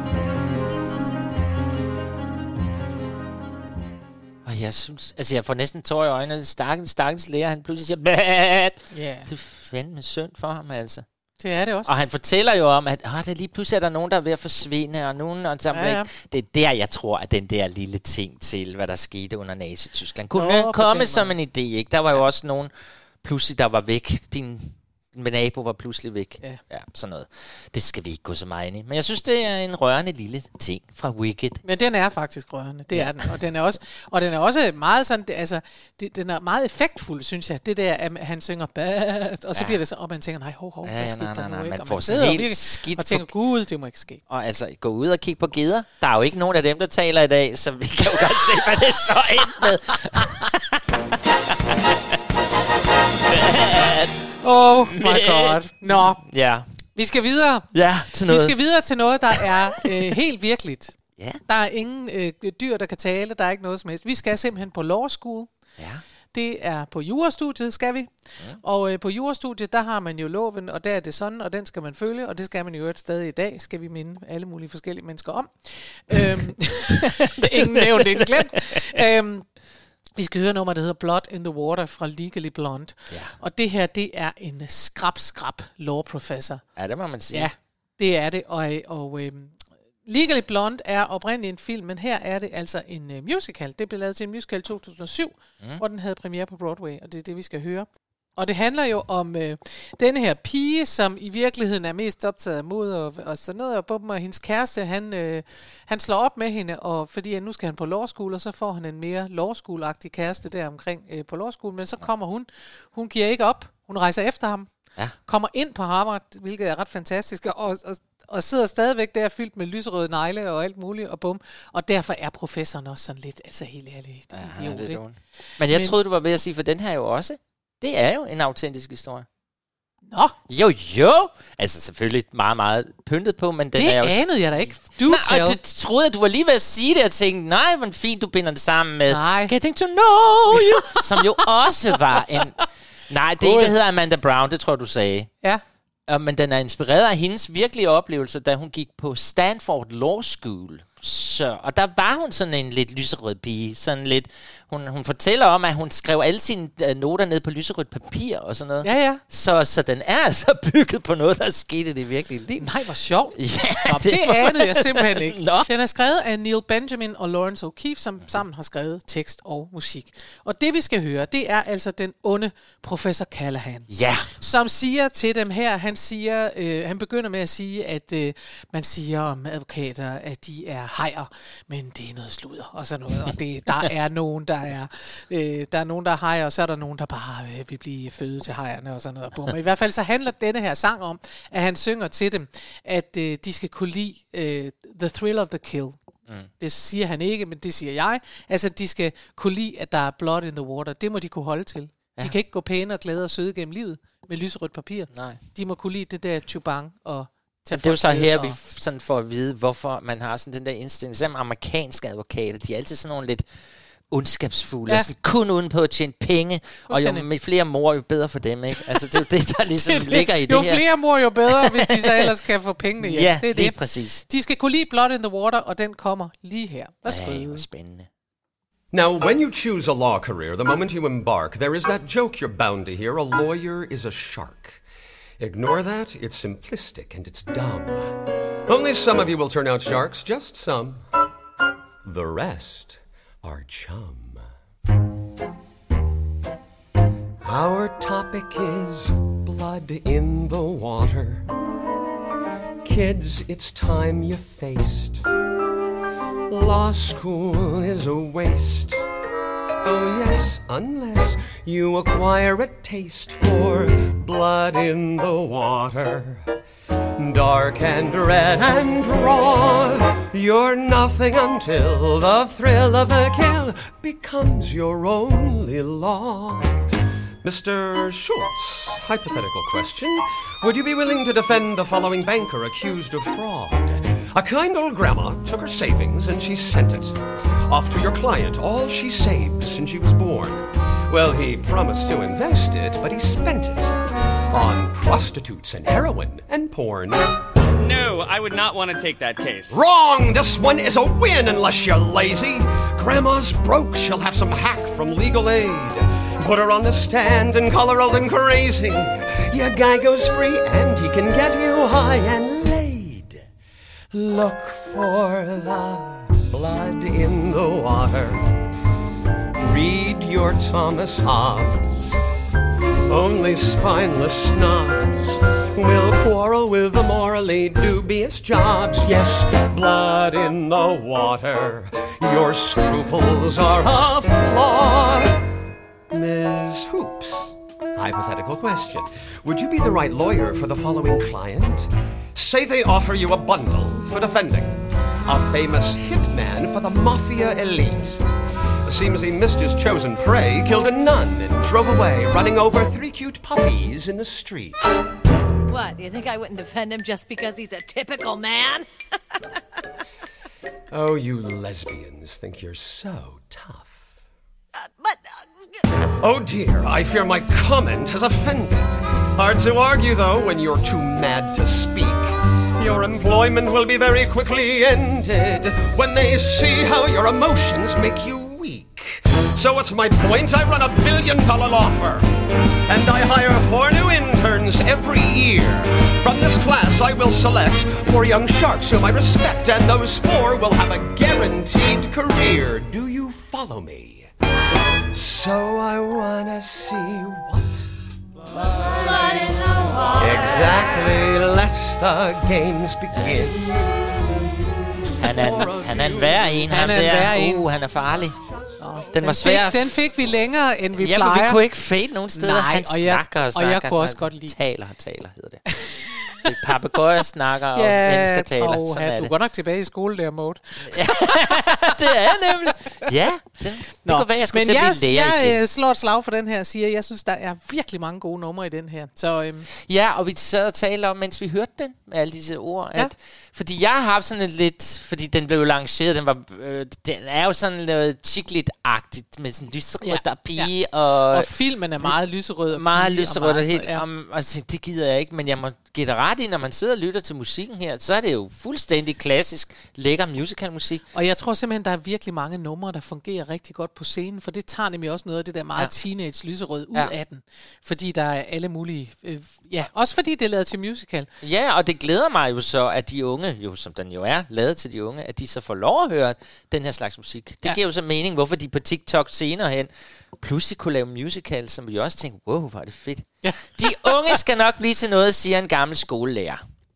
Og jeg synes, altså jeg får næsten tår i øjnene. Stakkels, stakkels lærer, han pludselig siger, bad. Yeah. Det er fandme synd for ham, altså. Det er det også. Og han fortæller jo om, at oh, der lige pludselig er der nogen, der er ved at forsvinde, og nogen og sammen ja, ja. Det er der, jeg tror, at den der lille ting til, hvad der skete under Nazi-Tyskland, kunne oh, komme som en idé, ikke? Der var jo også nogen, pludselig der var væk. Din nabo var pludselig væk. Ja. ja, sådan noget. Det skal vi ikke gå så meget ind i. Men jeg synes, det er en rørende lille ting fra Wicked. Men den er faktisk rørende. Det ja. er den. Og den er også, og den er også meget sådan, det, altså, det, den er meget effektfuld, synes jeg. Det der, at han synger bad, og så ja. bliver det så, og man tænker, nej, hov, hov, ja, hvad ja, skete nej, der nej, nu, nej, ikke? man og får man sådan sidder helt virkelig skidt og tænker, på... gud, det må ikke ske. Og altså, gå ud og kigge på geder. Der er jo ikke nogen af dem, der taler i dag, så vi kan jo godt se, hvad det så endt med. Oh my god. Nå. Ja. Vi skal videre. Ja, til noget. Vi skal videre til noget, der er øh, helt virkeligt. Ja. Der er ingen øh, dyr, der kan tale. Der er ikke noget som helst. Vi skal simpelthen på law school. Ja. Det er på jurastudiet, skal vi. Ja. Og øh, på jurastudiet, der har man jo loven, og der er det sådan, og den skal man følge, og det skal man jo et stadig i dag, skal vi minde alle mulige forskellige mennesker om. øhm, ingen nævnt, ingen glemt. øhm, Vi skal høre nummer, der hedder Blood in the Water fra Legally Blonde. Ja. Og det her, det er en skrab-skrab law professor. Ja, det må man sige. Ja, det er det. Og, og øh, Legally Blonde er oprindeligt en film, men her er det altså en uh, musical. Det blev lavet til en musical i to tusind og syv, mm. hvor den havde premiere på Broadway, og det er det, vi skal høre. Og det handler jo om øh, denne her pige, som i virkeligheden er mest optaget af mod og, og sådan noget, og bum, og hendes kæreste, han, øh, han slår op med hende, og fordi nu skal han på law school, og så får han en mere law school-agtig kæreste der omkring øh, på law school, men så kommer hun, hun giver ikke op, hun rejser efter ham, ja. Kommer ind på Harvard, hvilket er ret fantastisk, og, og, og sidder stadigvæk der fyldt med lyserøde negle og alt muligt, og bum, og derfor er professoren også sådan lidt, altså helt ærligt, ja, idiot, det ikke? Men jeg men, troede, du var ved at sige, for den her jo også, det er jo en autentisk historie. Nå. Jo, jo. Altså selvfølgelig meget, meget pyntet på, men den det er jo... Det anede jeg da ikke. Du nej, og du troede, at du var lige ved at sige det, og tænkte, nej, hvor fint, du binder det sammen med nej. Getting to Know You, som jo også var en... Nej, det er en, der hedder Amanda Brown, det tror du sagde. Ja. Uh, men den er inspireret af hendes virkelige oplevelse, da hun gik på Stanford Law School. Så, og der var hun sådan en lidt lyserød pige. Sådan lidt, hun, hun fortæller om, at hun skrev alle sine uh, noter ned på lyserødt papir og sådan noget. Ja, ja. Så, så den er altså bygget på noget, der skete i det virkelige liv. Nej, hvor sjovt. Ja, Nå, det det anede jeg simpelthen ikke. Nå. Den er skrevet af Neil Benjamin og Lawrence O'Keefe, som sammen har skrevet tekst og musik. Og det vi skal høre, det er altså den onde professor Callahan. Ja. Som siger til dem her, han siger, øh, han begynder med at sige, at øh, man siger om advokater, at de er hajer, men det er noget sludder og sådan noget. Og det, der er nogen, der er, øh, der er nogen, der er hajer, og så er der nogen, der bare øh, vil blive født til hajerne og sådan noget. Bum. I hvert fald så handler denne her sang om, at han synger til dem, at øh, de skal kunne lide øh, the thrill of the kill. Mm. Det siger han ikke, men det siger jeg. Altså, de skal kunne lide, at der er blood in the water. Det må de kunne holde til. Ja. De kan ikke gå pæne og glade og søde gennem livet med lyserødt papir. Nej. De må kunne lide det der chubang og... Det er jo så her, og... vi sådan får at vide, hvorfor man har sådan den der indstilling. Selvom amerikanske advokater, de er altid sådan nogle lidt ondskabsfulde, ja. Sådan kun uden på at tjene penge, og jo med flere mor, jo bedre for dem, ikke? Altså, det er jo det, der ligesom det, ligger i det jo her. Jo flere mor, jo bedre, hvis de så ellers kan få pengene hjem. Ja, det er det er det. præcis. De skal kunne lide Blood in the Water, og den kommer lige her. Værsgo. Ja, det spændende. Now, when you choose a law career, the moment you embark, there is that joke you're bound to hear, a lawyer is a shark. Ignore that, it's simplistic and it's dumb. Only some of you will turn out sharks, just some. The rest are chum. Our topic is blood in the water. Kids, it's time you faced. Law school is a waste. Oh yes, unless you acquire a taste for blood in the water. Dark and red and raw, you're nothing until the thrill of the kill becomes your only law. Mister Schultz, hypothetical question. Would you be willing to defend the following banker accused of fraud? A kind old grandma took her savings and she sent it off to your client, all she saved since she was born. Well, he promised to invest it, but he spent it on prostitutes and heroin and porn. No, I would not want to take that case. Wrong! This one is a win unless you're lazy. Grandma's broke, she'll have some hack from legal aid. Put her on the stand and call her old and crazy. Your guy goes free and he can get you high and laid. Look for the blood in the water. Read your Thomas Hobbes. Only spineless snobs will quarrel with the morally dubious jobs. Yes, blood in the water. Your scruples are a flaw. Miz Hoops, hypothetical question. Would you be the right lawyer for the following client? Say they offer you a bundle for defending a famous hitman for the mafia elite. Seems he missed his chosen prey, killed a nun, and drove away, running over three cute puppies in the street. What, you think I wouldn't defend him just because he's a typical man? Oh, you lesbians think you're so tough. Uh, but... Uh, Oh dear, I fear my comment has offended. Hard to argue, though, when you're too mad to speak. Your employment will be very quickly ended when they see how your emotions make you weak. So what's my point? I run a billion dollar law firm, and I hire four new interns once every year. From this class I will select four young sharks whom I respect, and those four will have a guaranteed career. Do you follow me? So I wanna see what? Exactly, let the games begin. Han er, han er en værre en, han ham er en der. værre en. Uh, han er farlig. Nå, den, den var svær. Fik, den fik vi længere, end vi ja, plejer. Ja, for vi kunne ikke fade nogen steder. Nej, han og jeg, snakker og snakker. Og jeg kunne også snakker, godt lide. Taler og taler, hedder det. Det er papegøjer snakker, og ja, mennesker taler. Oh, Sådan ja, er du det. går nok tilbage i skole der, Maud. Det er jeg nemlig. Ja, det, det Nå, kunne være, jeg skulle men til jeg, at blive lærer jeg, igen. jeg slår et slag for den her og siger, jeg synes, der er virkelig mange gode numre i den her. Så, øhm. Ja, og vi sad og talte om, mens vi hørte den, med alle disse ord, ja. at fordi jeg har haft sådan et lidt, fordi den blev lanceret, den var, øh, den er jo sådan noget chiclet-agtigt, med sådan lyserød ja. pige, ja. og... Og filmen er meget lyserød og meget pige, lyserød, og, og helt, ja. og, og det gider jeg ikke, men jeg må give dig ret i, når man sidder og lytter til musikken her, så er det jo fuldstændig klassisk, lækker musicalmusik. Og jeg tror simpelthen, der er virkelig mange numre, der fungerer rigtig godt på scenen, for det tager nemlig også noget af det der meget ja. teenage-lyserød ud ja. af den, fordi der er alle mulige... Øh, ja, også fordi det er lavet til musical. Ja, og det glæder mig jo så, at de unge, jo som den jo er, lavet til de unge, at de så får lov at høre den her slags musik. Det ja. giver jo så mening, hvorfor de på TikTok senere hen pludselig kunne lave musical, som vi jo også tænkte, wow, hvor er det fedt. Ja. De unge skal nok blive til noget, siger en gammel skolelærer.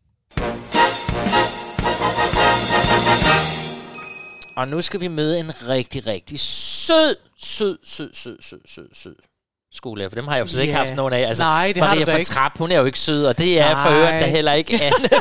Og nu skal vi møde en rigtig, rigtig sød, sød, sød, sød, sød, sød, sød skolelærer, for dem har jeg jo slet yeah. ikke haft nogen af. Altså, Nej, det Maria har du fra ikke. Trapp, hun er jo ikke sød, og det er Nej. for øvrigt da heller ikke Anne.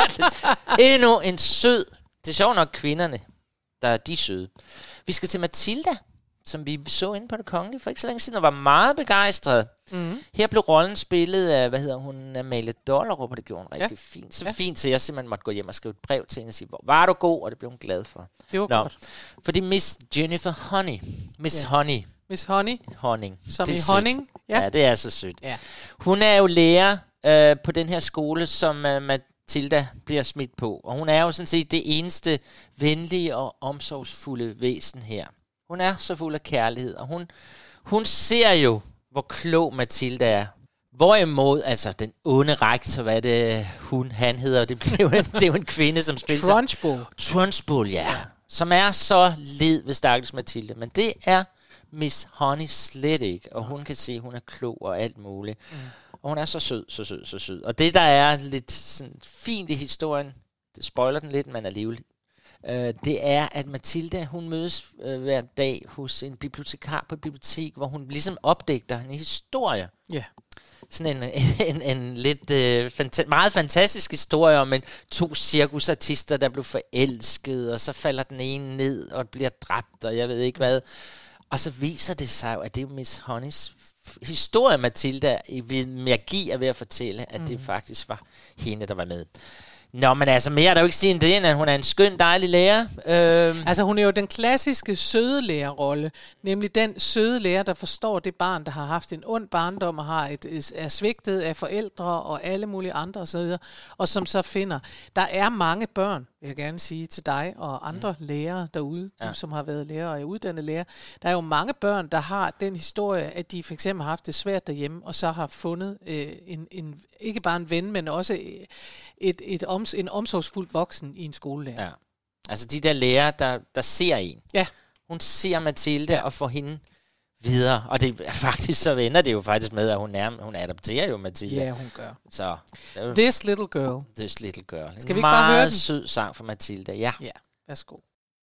Endnu en sød. Det er sjovt nok kvinderne, der er de søde. Vi skal til Matilda, som vi så inde på Det Kongelige for ikke så længe siden, og var meget begejstret. Mm-hmm. Her blev rollen spillet af, hvad hedder hun, Amalie Dollerup, og det gjorde hun rigtig ja. fint. Så ja. fint, så jeg simpelthen måtte gå hjem og skrive et brev til hende og sige, hvor var du god, og det blev hun glad for. Det var Nå. godt. Fordi Miss Jennifer Honey, Miss ja. Honey, Miss Honey. Honning. Som det i honning. Ja. ja, det er så sødt. Ja. Hun er jo lærer øh, på den her skole, som øh, Matilda bliver smidt på. Og hun er jo sådan set det eneste venlige og omsorgsfulde væsen her. Hun er så fuld af kærlighed, og hun, hun ser jo, hvor klog Matilda er. Hvorimod, altså den onde rektor, hvad det hun, han hedder, det, det, er, jo en, det er jo en kvinde, som spiller... Trunchbull. Trunchbull, ja. ja. Som er så led ved stakkels Matilda. Men det er Miss Honey slet ikke, og hun kan se, at hun er klog og alt muligt. Mm. Og hun er så sød, så sød, så sød. Og det, der er lidt sådan fint i historien, det spoiler den lidt, men alligevel, øh, det er, at Matilda, hun mødes øh, hver dag hos en bibliotekar på et bibliotek, hvor hun ligesom opdægter en historie. Ja. Yeah. Sådan en, en, en, en lidt øh, fanta- meget fantastisk historie om en, to cirkusartister, der blev forelsket, og så falder den ene ned og bliver dræbt, og jeg ved ikke hvad. Og så viser det sig jo, at det er Miss Honeys historie, Matilda i magi er ved at fortælle, at mm. det faktisk var hende, der var med. Nå, men altså mere er der jo ikke sige end det, end at hun er en skøn, dejlig lærer. Øhm. Altså hun er jo den klassiske søde lærerrolle, nemlig den søde lærer, der forstår det barn, der har haft en ond barndom og har et, er svigtet af forældre og alle mulige andre osv., og som så finder. Der er mange børn, vil jeg gerne sige til dig og andre mm. lærere derude, ja. Du som har været lærer og er uddannet lærer. Der er jo mange børn, der har den historie, at de for eksempel har haft det svært derhjemme, og så har fundet øh, en, en, ikke bare en ven, men også et, et om, en omsorgsfuld voksen i en skolelærer. Ja. Altså de der lærere, der, der ser en. Ja. Hun ser Matilda ja. og får hende videre. Og det er faktisk, så vender det jo faktisk med, at hun, er, hun adopterer jo Matilda. Ja, hun gør. Så, This Little Girl. This Little Girl. Skal vi ikke meget bare høre den? sød sang for Matilda, ja. Ja, værsgo.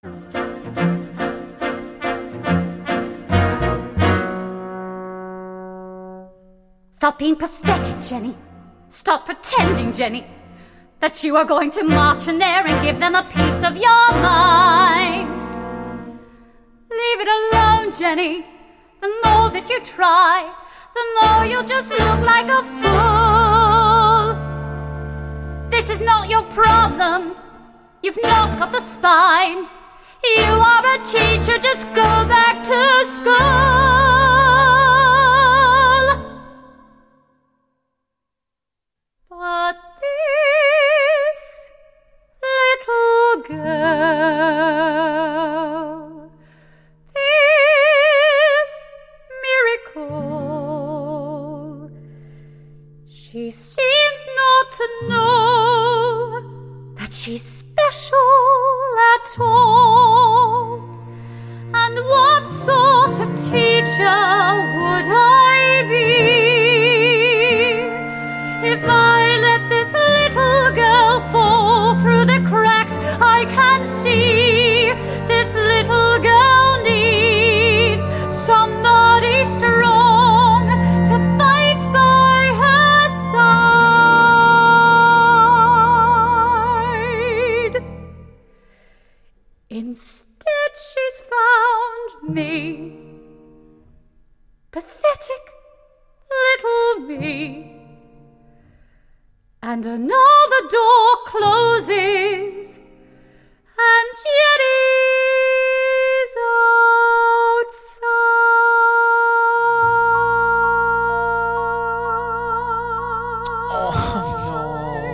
Stop being pathetic, Jenny. Stop pretending, Jenny, that you are going to march in there and give them a piece of your mind. Leave it alone, Jenny. The more that you try, the more you'll just look like a fool. This is not your problem. You've not got the spine. You are a teacher, just go back to school. But this little girl, this miracle, She seems not to know that she's special at all. And what sort of teacher would I be if I let this little girl fall through the cracks? I can see this little girl needs somebody strong to fight by her side. Instead, she's found me, pathetic little me. And another door closes, and Jenny's outside. Oh, no,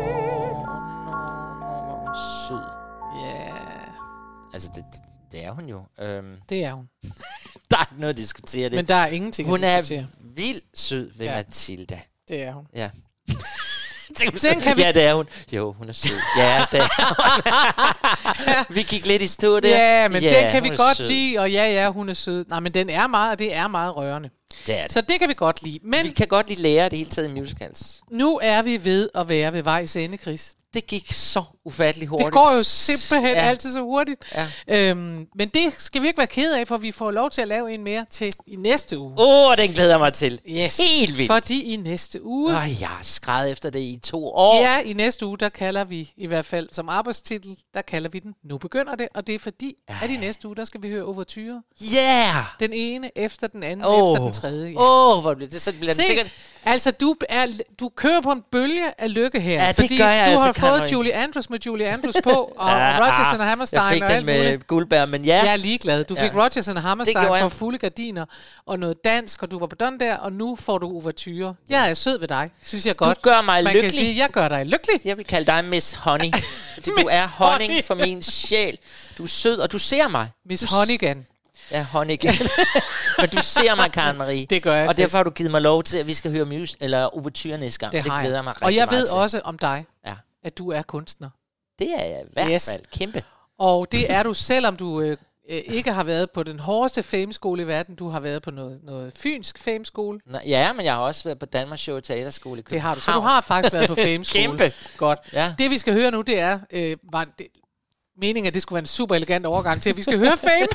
no, sød. Yeah. Altså, det, det er hun jo. Øhm, det er hun. Der er ikke noget at diskutere det. Men der er ingenting hun at diskutere. Hun er vildt sød ved ja. Mathilda. Det er hun. Ja. Den kan vi... Ja, det er hun. Jo, hun er sød. Ja, det er hun. Vi gik lidt i stå der. Ja, men ja, den kan vi godt sød. lide, og ja, ja, hun er sød. Nej, men den er meget, og det er meget rørende. Det er det. Så det kan vi godt lide. Men vi kan godt lide lære det hele taget i musicals. Nu er vi ved at være ved vejs ende, Chris. Det gik så ufatteligt hurtigt. Det går jo simpelthen ja. altid så hurtigt. Ja. Øhm, men det skal vi ikke være ked af, for vi får lov til at lave en mere til i næste uge. Åh, oh, den glæder jeg mig til. Yes. Helt vildt. Fordi i næste uge... Oh, jeg har skrevet efter det i to år. Ja, i næste uge, der kalder vi i hvert fald som arbejdstitel, der kalder vi den Nu begynder det. Og det er fordi, ja. at i næste uge, der skal vi høre overture. Ja! Yeah. Den ene efter den anden, oh. efter den tredje. Åh, ja. oh, hvor bliver det? Så bliver Se, den sikkert... Altså, du, er, du kører på en bølge af lykke her. Ja, det fordi gør jeg du altså, har fået Caroline. Julie Andrews med Julie Andrews på, og ja, Rodgers and Hammerstein jeg fik og den alt med muligt. Guldbær, men ja. Jeg er ligeglad. Du fik ja. Rodgers and Hammerstein for fulde gardiner, og noget dansk, og du var på den der, og nu får du ouverture. Jeg er sød ved dig, synes jeg godt. Du gør mig Man lykkelig. Kan sige, jeg gør dig lykkelig. Jeg vil kalde dig Miss Honey. Fordi du er honning for min sjæl. Du er sød, og du ser mig. Miss Honeygan. Ja, Honeygan. Men du ser mig, Karen Marie. Det gør jeg. Og derfor har du givet mig lov til, at vi skal høre mus eller ouverture næste gang. Det, det glæder jeg mig rigtig Og jeg meget ved til. også om dig, ja. at du er kunstner. Det er jeg i hvert yes. fald. Kæmpe. Og det er du, selvom du øh, ikke har været på den hårdeste fameskole i verden. Du har været på noget, noget fynsk fameskole. Nå, ja, men jeg har også været på Danmarks Show Teaterskole i København. Det har du. Så du har faktisk været på fameskole. Kæmpe. Godt. Ja. Det vi skal høre nu, det er... Øh, var det, meningen, at det skulle være en super elegant overgang til, at vi skal høre Fame.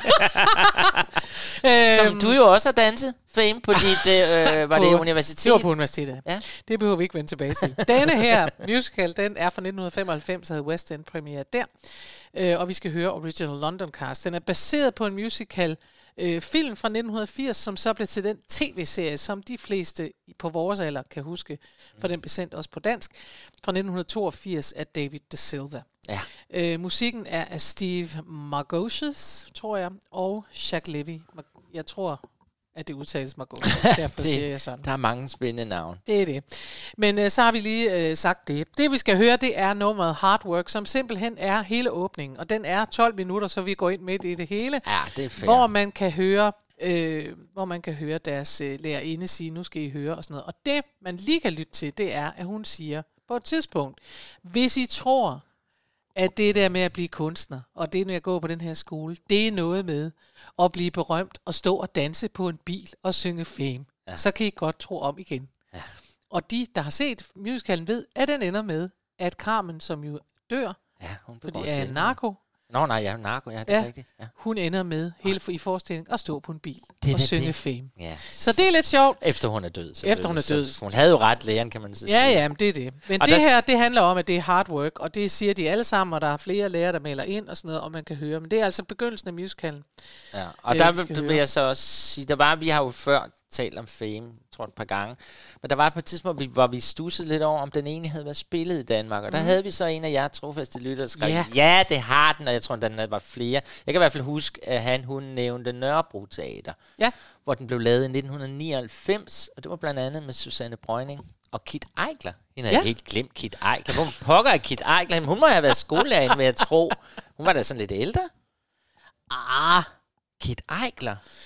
Som du jo også har danset Fame på dit, øh, var på, det universitet? Det var på universitetet, ja. Det behøver vi ikke vende tilbage til. Denne her musical, den er fra nitten femoghalvfems, og havde West End premiere der. Øh, og vi skal høre Original London Cast. Den er baseret på en musical øh, film fra nitten firs, som så blev til den tv-serie, som de fleste på vores alder kan huske, for den blev sendt også på dansk, fra nitten toogfirs af David De Silva. Ja. Øh, musikken er af Steve Margoshes, tror jeg, og Jacques Levy. Jeg tror, at det udtales Margoshes, derfor det, siger jeg sådan. Der er mange spændende navne. Det er det. Men øh, så har vi lige øh, sagt det. Det vi skal høre, det er nummeret Hard Work, som simpelthen er hele åbningen. Og den er tolv minutter, så vi går ind midt i det hele. Ja, det er fair. Hvor man kan høre... Øh, hvor man kan høre deres øh, lærerinde sige, nu skal I høre og sådan noget. Og det, man lige kan lytte til, det er, at hun siger på et tidspunkt, hvis I tror, at det der med at blive kunstner, og det med at gå på den her skole, det er noget med at blive berømt og stå og danse på en bil og synge Fame. Ja. Så kan I godt tro om igen. Ja. Og de, der har set musicalen, ved, at den ender med, at Carmen, som jo dør, ja, hun fordi er narko, Nå nej, jeg er narko, ja, det er ja, rigtigt. Ja. hun ender med, hele i forestillingen, at stå på en bil det og det, synge det. Fame. Ja. Så det er lidt sjovt. Efter hun er død. Efter hun er død. Så hun havde jo ret, lægen, kan man så sige. Ja, ja, men det er det. Men og det her, det handler om, at det er hard work, og det siger de alle sammen, og der er flere lærere, der melder ind og sådan noget, og man kan høre. Men det er altså begyndelsen af musicalen. Ja, og øh, der vil, vil jeg så også sige, der var, vi har jo før talt om Fame, tror jeg et par gange, men der var på et tidspunkt, hvor vi stussede lidt over, om den ene havde været spillet i Danmark, og der mm. havde vi så en af jer trofaste lyttere, der skrev, yeah. ja, det har den, og jeg tror, den var flere. Jeg kan i hvert fald huske, at han, hun nævnte Nørrebro Teater, ja. hvor den blev lavet i nitten nioghalvfems, og det var blandt andet med Susanne Breuning og Kit Eichler. Hende havde ja. helt glemt Kit Eichler. Hvor pokker er Kit Eichler? Hun må have været skolelærerinde, vil jeg tro. Hun var da sådan lidt ældre. Ah, Kit Eichler.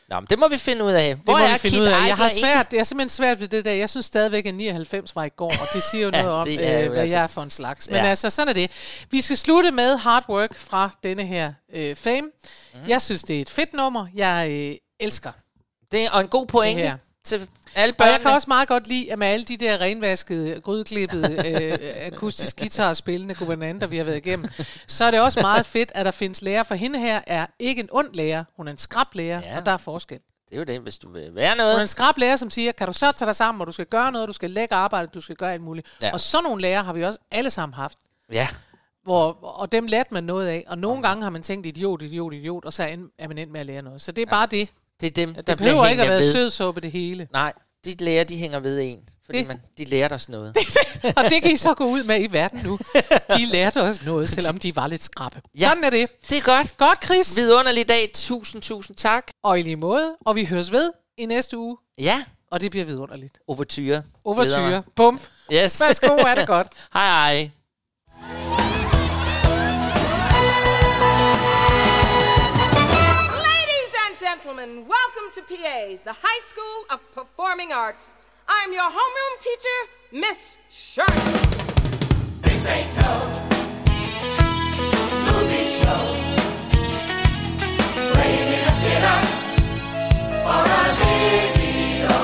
Nå, men det må vi finde ud af. Hvor det må er vi finde Kit ud af. Jeg har Eichler svært, det er simpelthen svært ved det der. Jeg synes stadigvæk, at nioghalvfems var i går, og det siger jo Ja, noget om, det er jo øh, hvad altså- jeg er for en slags. Men Ja. altså, sådan er det. Vi skal slutte med Hard Work fra denne her øh, Fame. Mm. Jeg synes, det er et fedt nummer. Jeg øh, elsker det. Og en god pointe det her. til alle Og børnene. jeg kan også meget godt lide, at med alle de der renvaskede, grydeklippede, øh, akustisk guitar spillende guvernanter, vi har været igennem, så er det også meget fedt, at der findes lærer. For hende her er ikke en ond lærer, hun er en skrablærer, Ja. og der er forskel. Det er jo det, hvis du vil være Hun er noget. en skrablærer, som siger, kan du så tage dig sammen, og du skal gøre noget, du skal lægge arbejde, du skal gøre alt muligt. Ja. Og sådan nogle lærer har vi også alle sammen haft. Ja. Hvor, og dem lærte man noget af, og nogle gange har man tænkt idiot, idiot, idiot, og så er er man endt med at lære noget. Så det er bare det. Det er dem, Der der behøver bliver ikke at være hænger ved. sødsuppe det hele. Nej, de lærer, de hænger ved en. Fordi Det- man, de lærte os noget. Og det kan I så gå ud med i verden nu. De lærte os noget, selvom de var lidt skrappe. Ja. Sådan er det. Det er godt. Godt, Chris. Vidunderlig dag. Tusind, tusind tak. Og i lige måde. Og vi høres ved i næste uge. Ja. Og det bliver vidunderligt. Overtyre. Overtyre. Bum. Yes. Værsgo, er det godt. Hej, hej. Ladies and gentlemen, welcome to P A, the High School of Performing Arts. I'm your homeroom teacher, Miss Sharp. This ain't no movie show. Playing in a theater or a video.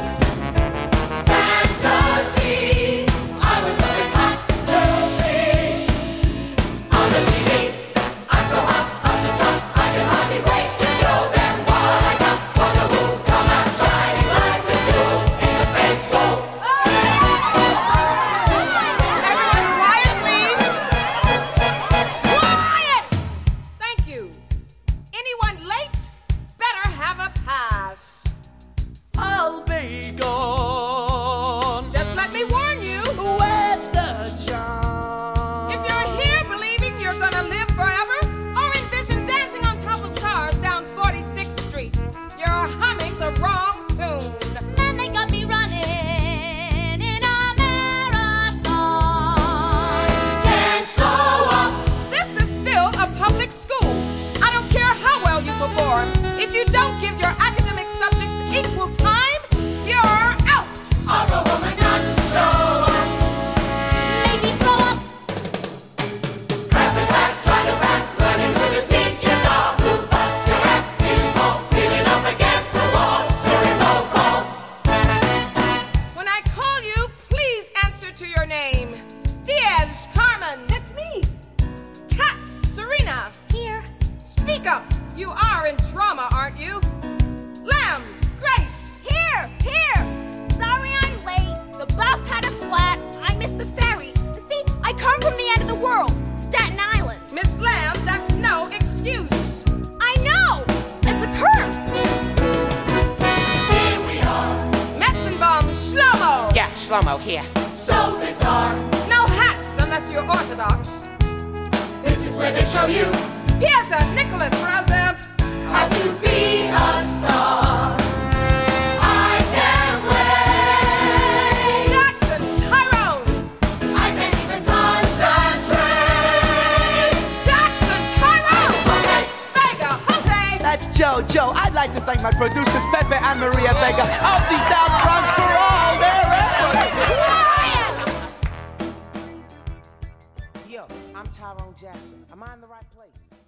Fantasy, I was always hot to see. On the T V, I'm so hot, hot to top, I can hardly wait to show them what I got. Wonder Who, come out shining like the jewel in the face school. Everyone quiet, please. Quiet! Thank you. Anyone late better have a pass. I'll be gone. Just let me warn you. Where's the charm? If you're here believing you're gonna live forever, or envision dancing on top of cars down forty-sixth Street, you're humming the wrong tune. Man, they got me running in a marathon. Can't slow up. This is still a public school. I don't care how well you perform. If you don't give your academic subjects equal time, you're out. I'll go home and not show up. Maybe throw up. Class to class, try to pass, learning who the teachers are. Who bust your ass, feeling small, feeling up against the wall. During roll call. When I call you, please answer to your name. Diaz, Carmen. That's me. Katz, Serena. Here. Speak up. You are in drama, aren't you? Lamb, Grace. Here, here. Sorry I'm late. The bus had a flat. I missed the ferry. See, I come from the end of the world, Staten Island. Miss Lamb, that's no excuse. I know. It's a curse. Here we are. Metzenbaum, Shlomo. Yeah, Shlomo, here. So bizarre. No hats unless you're Orthodox. This is where they show you Piazza, Nicholas. Present. how to be a star. I can't wait. Jackson, Tyrone. I can't even concentrate. Jackson, Tyrone. Vega, Jose. That's Joe. Joe, I'd like to thank my producers, Pepe and Maria Vega of the South Bronx for all their efforts. Quiet. Yo, I'm Tyrone Jackson. Am I in the right place?